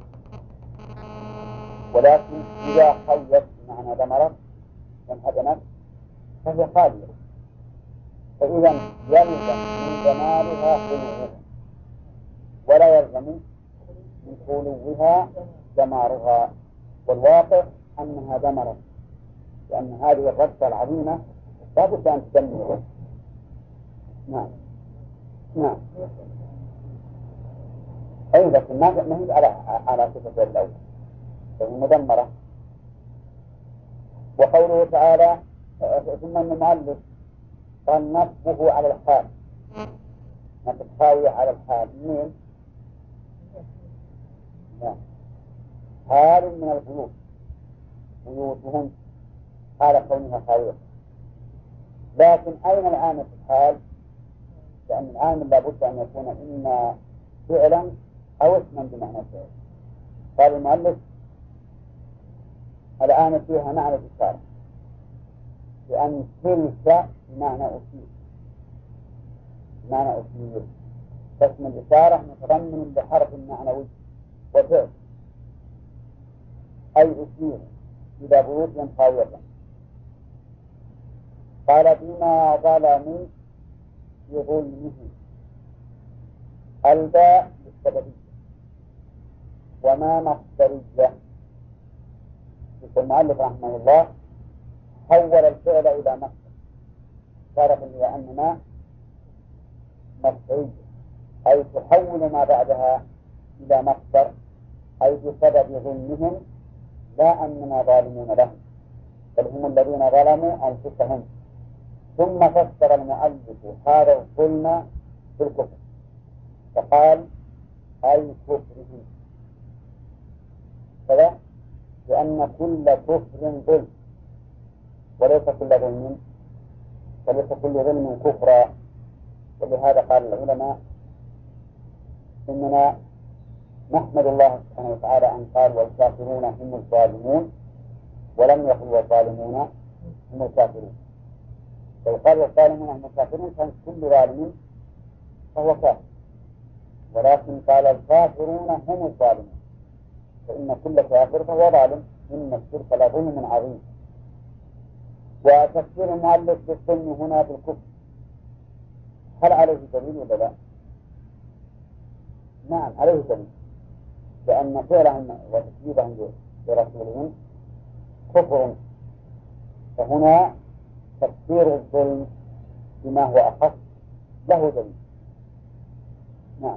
ولكن إذا خلت معنى دمرت وانهدمت فهي خالية، فإذا يلزم من دمارها خلوها ولا يلزم من خلوها دمارها، والواقع أنها دمرت، لأن هذه الربطة العظيمة لا بد أن تدمر. نعم نعم أي لكن ما هي على صفة الأول، فهي مدمرة. وقوله تعالى ثم المؤلف قال نصبه على الحال، نصب خاوية على الحال منين؟ نعم حال من البيوت، بيوتهم حال كونها خاوية، لكن أين العامل في الحال؟ لأن العامل لابد أن يكون إما فعلا أو اسما بمعنى فعل. قال المؤلف الآن فيها معنى الإشارة، لأن تلك بمعنى أشير، معنى أشير، فاسم الإشارة متضمن بحرف معنوي وفعل، أي أشير إلى بيوت خاوية. قال بما ظلموا بظلمه، الباء بالسببية وما مصدرية. المؤلف رحمه الله حول الفعل إلى مصدر، صار إلى أننا مصدرية أي تحول ما بعدها إلى مصدر، أي بسبب ظلمهم لا أننا ظالمون لهم، بل هم الذين ظلموا أنفسهم. ثم فسر المؤلف هذا الظلم بالكفر فقال أي كفرهم كذا، لأن كل كفر ظلم، وليس كل ظلم وليس كل ظلم كفرا. ولهذا قال العلماء إننا نحمد الله سبحانه وتعالى أن قال والكافرون هم الظالمون، ولم يقل والظالمون هم الكافرون. لو قال والظالمون هم الكافرون كان كل ظالم فهو كافر، ولكن قال الكافرون هم الظالمون، فإن كل كافر فهو ظالم، إن الشرك لظلم عظيم. وتفسير المؤلف بالظلم هنا بالكفر هل عليه دليل ولا لا؟ نعم عليه دليل، لأن فعلهم وتكذيبهم برسولهم كفر، فهنا تفسير الظلم بما هو أخف له دليل. نعم.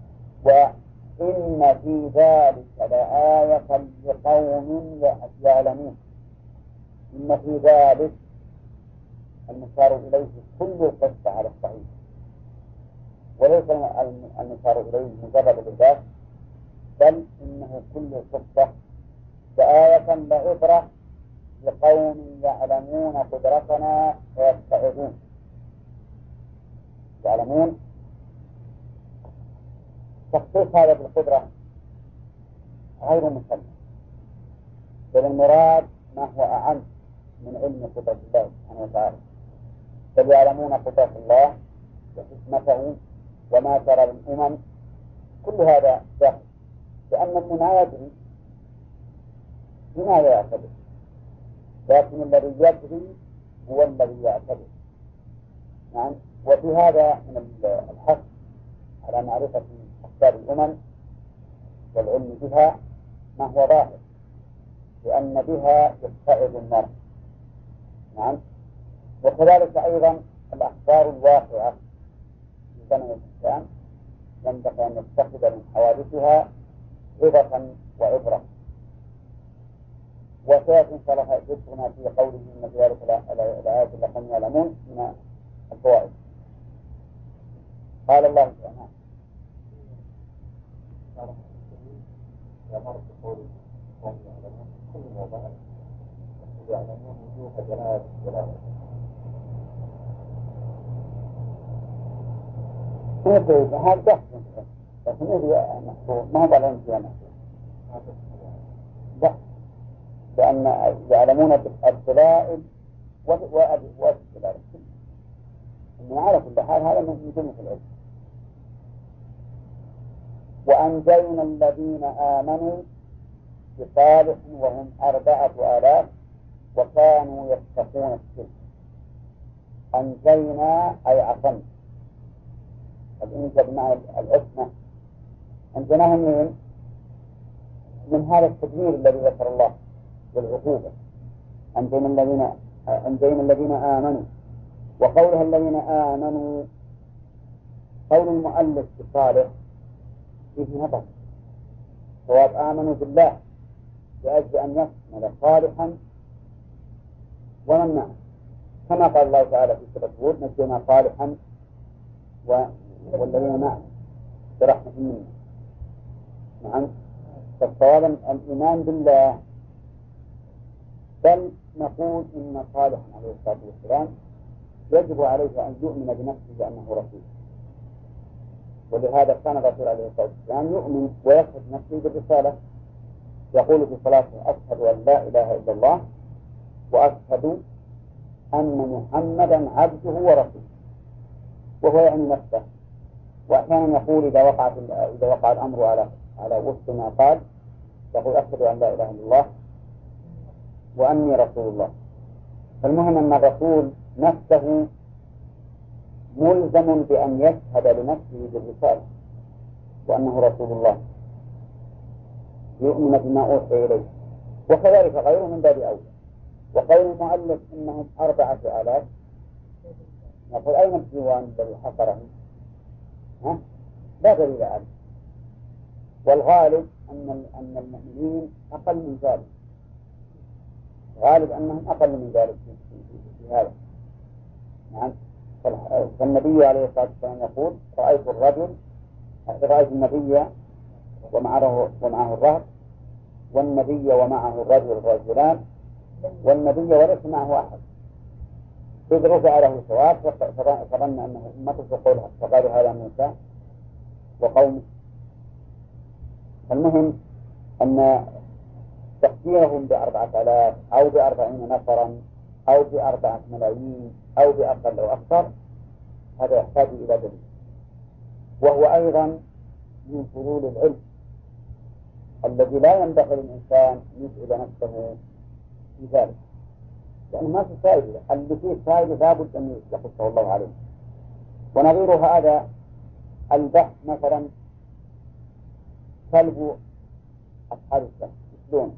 وإن في ذلك لآية لقوم يعلمون. إن في ذلك المشار إليه كل القصة على الصحيح، وليس المشار إليه مجرد الإضافة، بل إنه كل القصة لآية لعبرة لقوم يعلمون قدرتنا ويتعظون. يعلمون تخصيص هذا بالقدرة غير مسلم، بل المراد ما هو أعم من علم قدرة الله سبحانه وتعالى، بل يعلمون قدرة الله وحكمته وما ترى الأمم، كل هذا داخل، لأن من لا يدري بما لا يعتبر، لكن الذي يدري هو الذي يعتبر. نعم. وفي هذا من الحث على معرفة أخبار الأمم والعلم بها ما هو ظاهر، لأن بها يتعظ المرء. نعم. وكذلك أيضا الأخبار الواقعة في زمن الإسلام ينبغي أن يتخذ من حوادثها عظة وعبرة. وسيأتي إن شاء الله ذكرنا في قوله إن في ذلك الآيات لقوم يعلمون من الفوائد. قال الله سبحانه يمر بقول قوم يعلمون كل موضوع يعلمون وجوه جلالة الجلالة. هذا بحث، لكن هذا محفوظ ما هو على فيها محفوظ بحث، لأن يعلمون الدلائل والدلائل إنه على كل حال هذا من جملة العلم. وأنجينا الذين آمنوا بصالح وهم 4000 وكانوا يتقون الشرك. أنجينا أي عصمنا، الإنجاء بمعنى العصمة. أنجيناهم من هذا التدمير الذي ذكر الله والعقوبة. أنجينا الذين آمنوا. وقولها الذين آمنوا قول المؤلف بصالح فيه نظر، سواء آمنوا بالله لأجل أن يكمل صالحا ومن معه، كما قال الله تعالى في سورة هود نجينا صالحا والذين معه برحمة منه. نعم. فالصواب الإيمان بالله، بل نقول إن صالحا عليه الصلاة والسلام يجب عليه أن يؤمن بنفسه بأنه رسول، ولهذا كان الرسول عليه الصلاة والسلام يؤمن ويشهد نفسه بالرسالة، يقول في صلاته أشهد أن لا إله إلا الله وأشهد أن محمدا عبده ورسوله، وهو يعني نفسه. وأحيانا يقول إذا وقع الأمر على وفق ما قال يقول أشهد أن لا إله إلا الله وأني رسول الله. فالمهم أن الرسول نفسه ملزم بأن يشهد لنفسه بالرسالة وأنه رسول الله، يؤمن بما أوحي إليه، وكذلك غيره من باب أولى. وقول المؤلف إنهم 4000 نقول أين الديوان الذي حصرهم؟ لا دليل عليه، والغالب أن المؤمنين أقل من ذلك، غالب أنهم أقل من ذلك في هذا. نعم. فالنبي عليه الصلاة والسلام يقول رأيت النبي ومعه الرهب والنبي ومعه الرجل والرجلان والنبي وليس معه أحد، إذ رفع له ثواب فظن أنه أمته فقالوا هذا موسى وقومه. المهم أن تقديرهم ب4000 أو ب40 نفرا أو ب4 ملايين أو بأقل أو أكثر هذا يحتاج إلى دليل، وهو أيضا من فضول العلم الذي لا ينبغي للإنسان أن يسأل نفسه في ذلك، لأنه ما في فائدة، اللي فيه فائدة لابد أن يقصه الله عليه. ونظير هذا البحث مثلا كلب أصحاب السبت شلون؟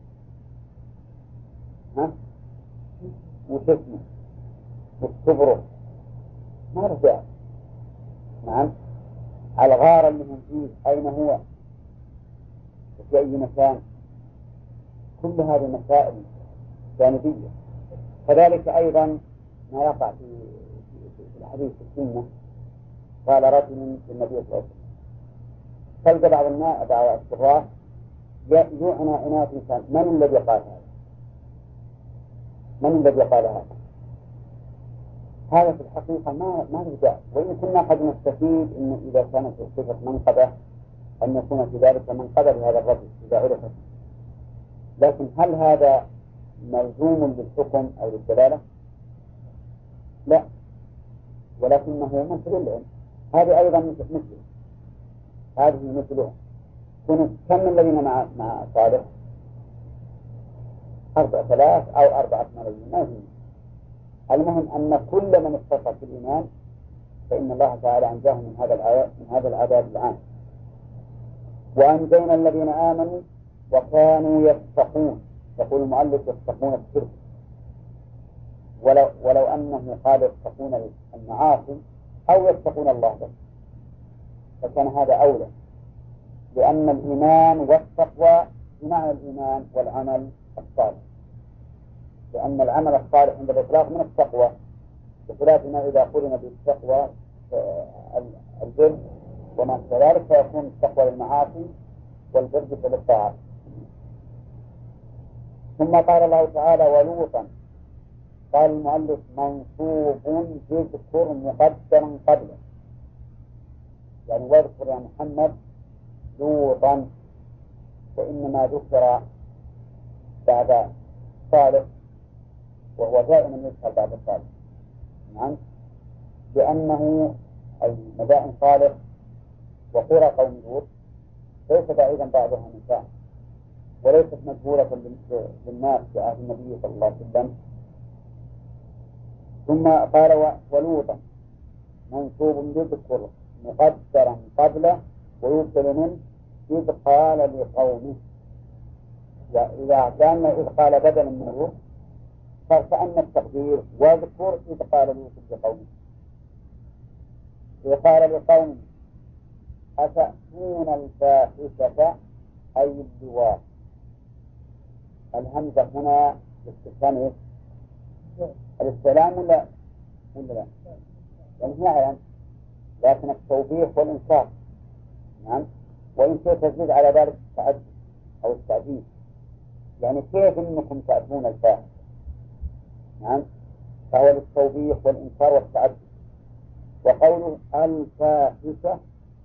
وشكمه والصبره ما له داعي. نعم، الغار اللي هم فيه أين هو وفي أي مكان، كل هذه مسائل جانبية. كذلك أيضا ما يقع في الحديث السنة، قال رجل للنبي صلى الله عليه وسلم، تلقى بعض الشراح يعنى عناية الإنسان من الذي قال هذا؟ من الذي قال هذا؟ هذا في الحقيقة ما له داعي، وإن كنا قد نستفيد إنه إذا كانت صفة منقبة أن يكون في ذلك منقبة لهذا الرجل إذا عرفت، لكن هل هذا ملزوم بالحكم أو بالدلالة؟ لا، ولكنه مثل العلم، هذه أيضا مثله، هذه مثله. كم الذين مع صالح؟ 4000 أو 4 ملايين ما يهم. المهم أن كل من اتصل بالإيمان فإن الله تعالى أنجاه من هذا العذاب العام. وأنجينا الذين آمنوا وكانوا يتقون، يقول المؤلف يتقون الشرك، ولو أنه قال يتقون المعاصي أو يتقون الله بس فكان هذا أولى، لأن الإيمان والتقوى بمعنى الإيمان والعمل الصالح، لأن العمل الصالح عند الإطلاق من التقوى، بخلاف ما إذا قرن بالتقوى البر وما كذلك فيكون التقوى للمعاصي والبر بالطاعات. ثم قال الله تعالى ولوطا، قال المؤلف منصوب بذكر مقدرا قبله، يعني واذكر يا محمد لوطا، وإنما ذكر بعد صالح وهو دائما يذكر بعد صالح. نعم، لأنه مدائن صالح وقرى قوم لوط ليس بعيدا بعضها من بعض، وليست مجهولة للناس في عهد النبي صلى الله عليه وسلم. ثم قال ولوطا منصوب بذكر مقدرا قبله ويبدل منه إذ قال لقومه، إذا كان إذ قال بدلا من لوط فكأن التقدير واذكر إذ قال لوط لقومه. إذ قال لقومه أتأتون الفاحشة أي اللواط، الهمزة هنا باستفهام الاستعلام ولا لا؟ يعني هي علم، لكن التوبيخ والإنصاف. نعم، وإن شئت تزيد على ذلك التعدي أو التعديل، يعني كيف إنكم تأتون الفاحشة؟ نعم، فهو للتوبيخ والإنكار والتعدي. وقوله الفاحشة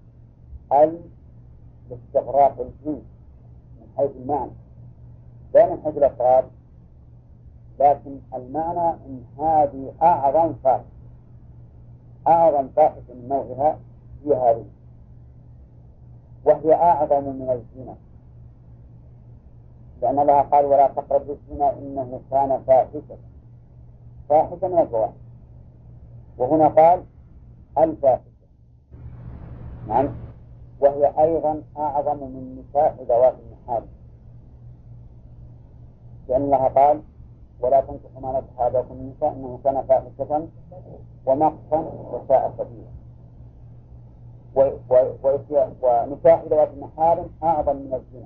لاستغراق الجنس من حيث المعنى لا من حيث الأفراد، لكن المعنى إن هذه أعظم فاحشة، أعظم فاحشة من نوعها هي هذه، وهي أعظم من الزنا، لأن الله قال ولا تقربوا الزنا إنه كان فاحشة من الفواحش، وهنا قال الفاحشة. نعم، وهي أيضا أعظم من نساء ذوات المحارم، لأن الله قال ولا تنكحوا ما نكح آباؤكم من النساء إنه كان فاحشة ومقتا وساء سبيلا. ونساء ذوات المحارم أعظم من الزنا،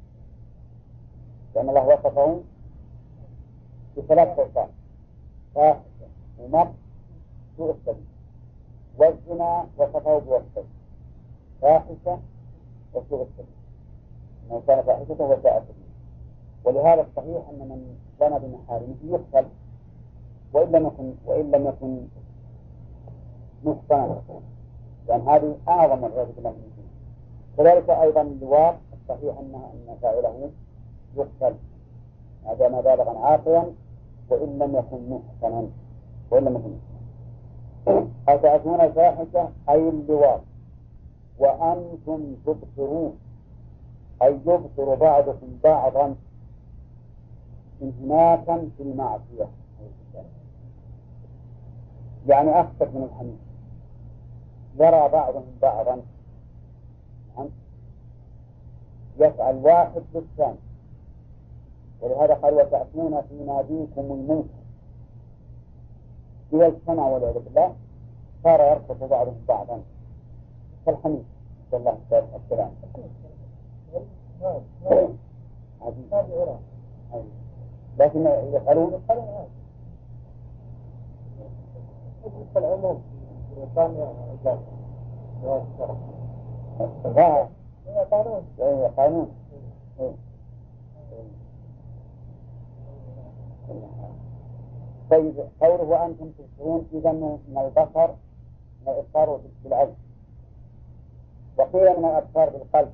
لأن الله وصفهم بثلاث صفات: فاحشة ومقت سوء السبيل. والزنا وصفه بوصفين: فاحشة وسوء السبيل، إنه كان فاحشة وساء سبيلا. ولهذا الصحيح أن من زنى بمحارمه يقتل وإن لم يكن محصنا، لأن هذه أعظم والعياذ بالله من الزنا. كذلك أيضا اللواط الصحيح أن فاعله يقتل ما دام بالغا عاقلا وإن لم يكن محصنا. أتأتون الفاحشة أي اللواط وأنتم تبصرون، أي يبصر بعضكم بعضا انهماكا في المعصية، يعني أخفت من الحميد، يرى بعضهم بعضا يفعل واحد بالثاني. ولهذا قال وتأتون في ناديكم المنكر، إذا اجتمع والعياذ بالله صار يرفض بعضهم بعضا كالحميد، نسأل الله السلام. لكن يفعلون العموم قانون. طيب قوله وأنتم تبصرون، إذا من البصر من الإبصار بالعين، وقيل من الأبصار بالقلب،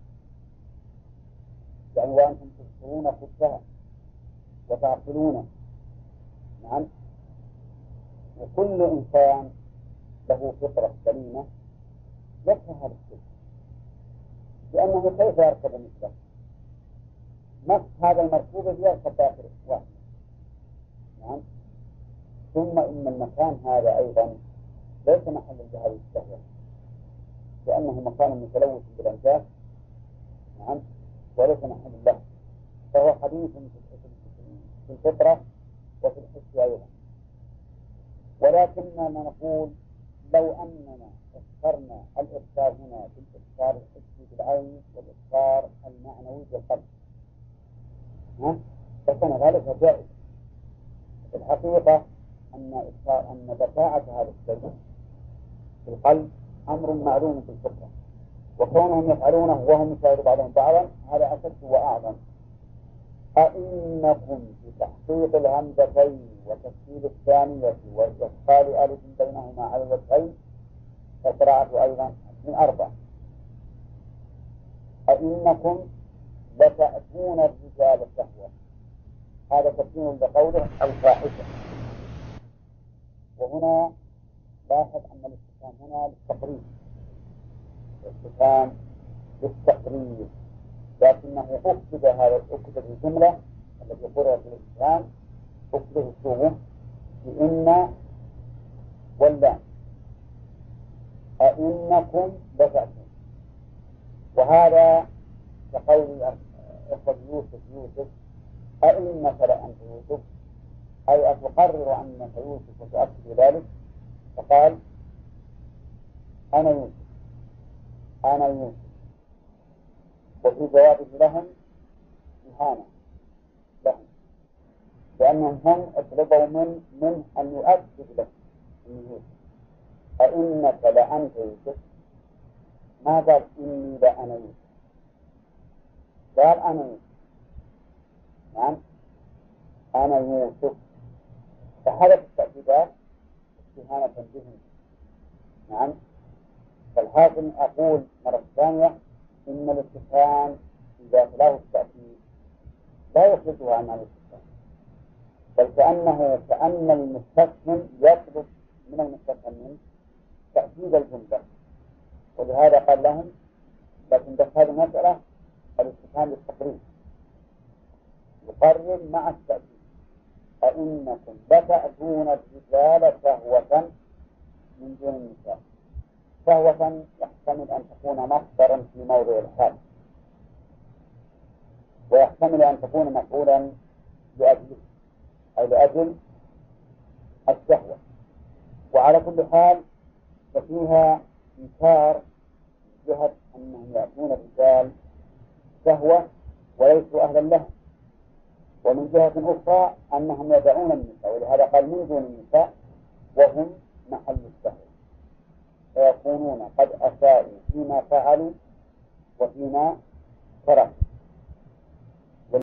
يعني وأنتم تبصرون خبثها وتعقلون. نعم. وكل إنسان له فطرة سليمة يكره هذا الشيء، لأنه كيف يركب مثله؟ نفس هذا المركوب يركب داخل واحد. نعم. ثم إن المكان هذا أيضا ليس محل لهذه الشهوة، لأنه مكان متلوث بالأنجاس. نعم. وليس محل له، فهو حديث في الفطرة وفي الحس أيضا. ولكننا نقول لو أننا اخترنا الإبصار هنا بالإبصار الحسي بالعين والإبصار المعنوي بالقلب فكان ذلك جائز. الحقيقة أن بشاعة هذا الشيء في القلب أمر معلوم في الفطرة، وكونهم يفعلونه وهم يشاهدون بعضهم بعضا هذا أشد وأعظم. أئنكم بتحقيق الهمزتين وتشكيل الثانية وإدخال ألف بينهما على الوجهين فقراءة أيضا من 4. أئنكم لتأتون الرجال شهوة، هذا تبين لقوله الفاحشة. وهنا لاحظ أن الاستفهام هنا للتقريب، الاستفهام للتقريب، لكنه أكتب الجملة التي قرأت في الاستفهام أكتب السوء بإن واللام. أئنكم لتأتون، وهذا كقول أخوة يوسف أئنك لأنت يوسف، أي أتقرر أنك يوسف وتؤكد ذلك، فقال أنا يوسف. وفي جوابه لهم إهانة لهم، لأنهم هم اطلبوا من أن يؤكد له من يوسف. أئنك لأنت يوسف، ما قال إني لأنا يوسف، قال أنا يوسف. نعم أنا يوسف، فحدث التأكيدات استهانة بهم. نعم. فالحاصل أقول مرة ثانية إن الاستفهام إذا تلاه التأكيد لا يخرجه عن الاستفهام، بل كأن المستفهم يطلب من المستفهم تأكيد الجملة، ولهذا قال لهم لكن بس هذه المسألة الاستفهام للتقريب يقرر مع التأكيد. أئنكم لتأتون الرجال شهوة من دون النساء. شهوة يحتمل أن تكون مصدرا في موضع الحال، ويحتمل أن تكون مفعولا لأجله أو لأجل الشهوة. وعلى كل حال ففيها إنكار من جهة أنهم يأتون الرجال شهوة وليسوا أهلا له، ومن جهة أخرى أنهم يدعون النساء، ولهذا قال من دون النساء وهم محل الشهوة، فيكونون قد أساءوا فيما فعلوا وفيما تركوا.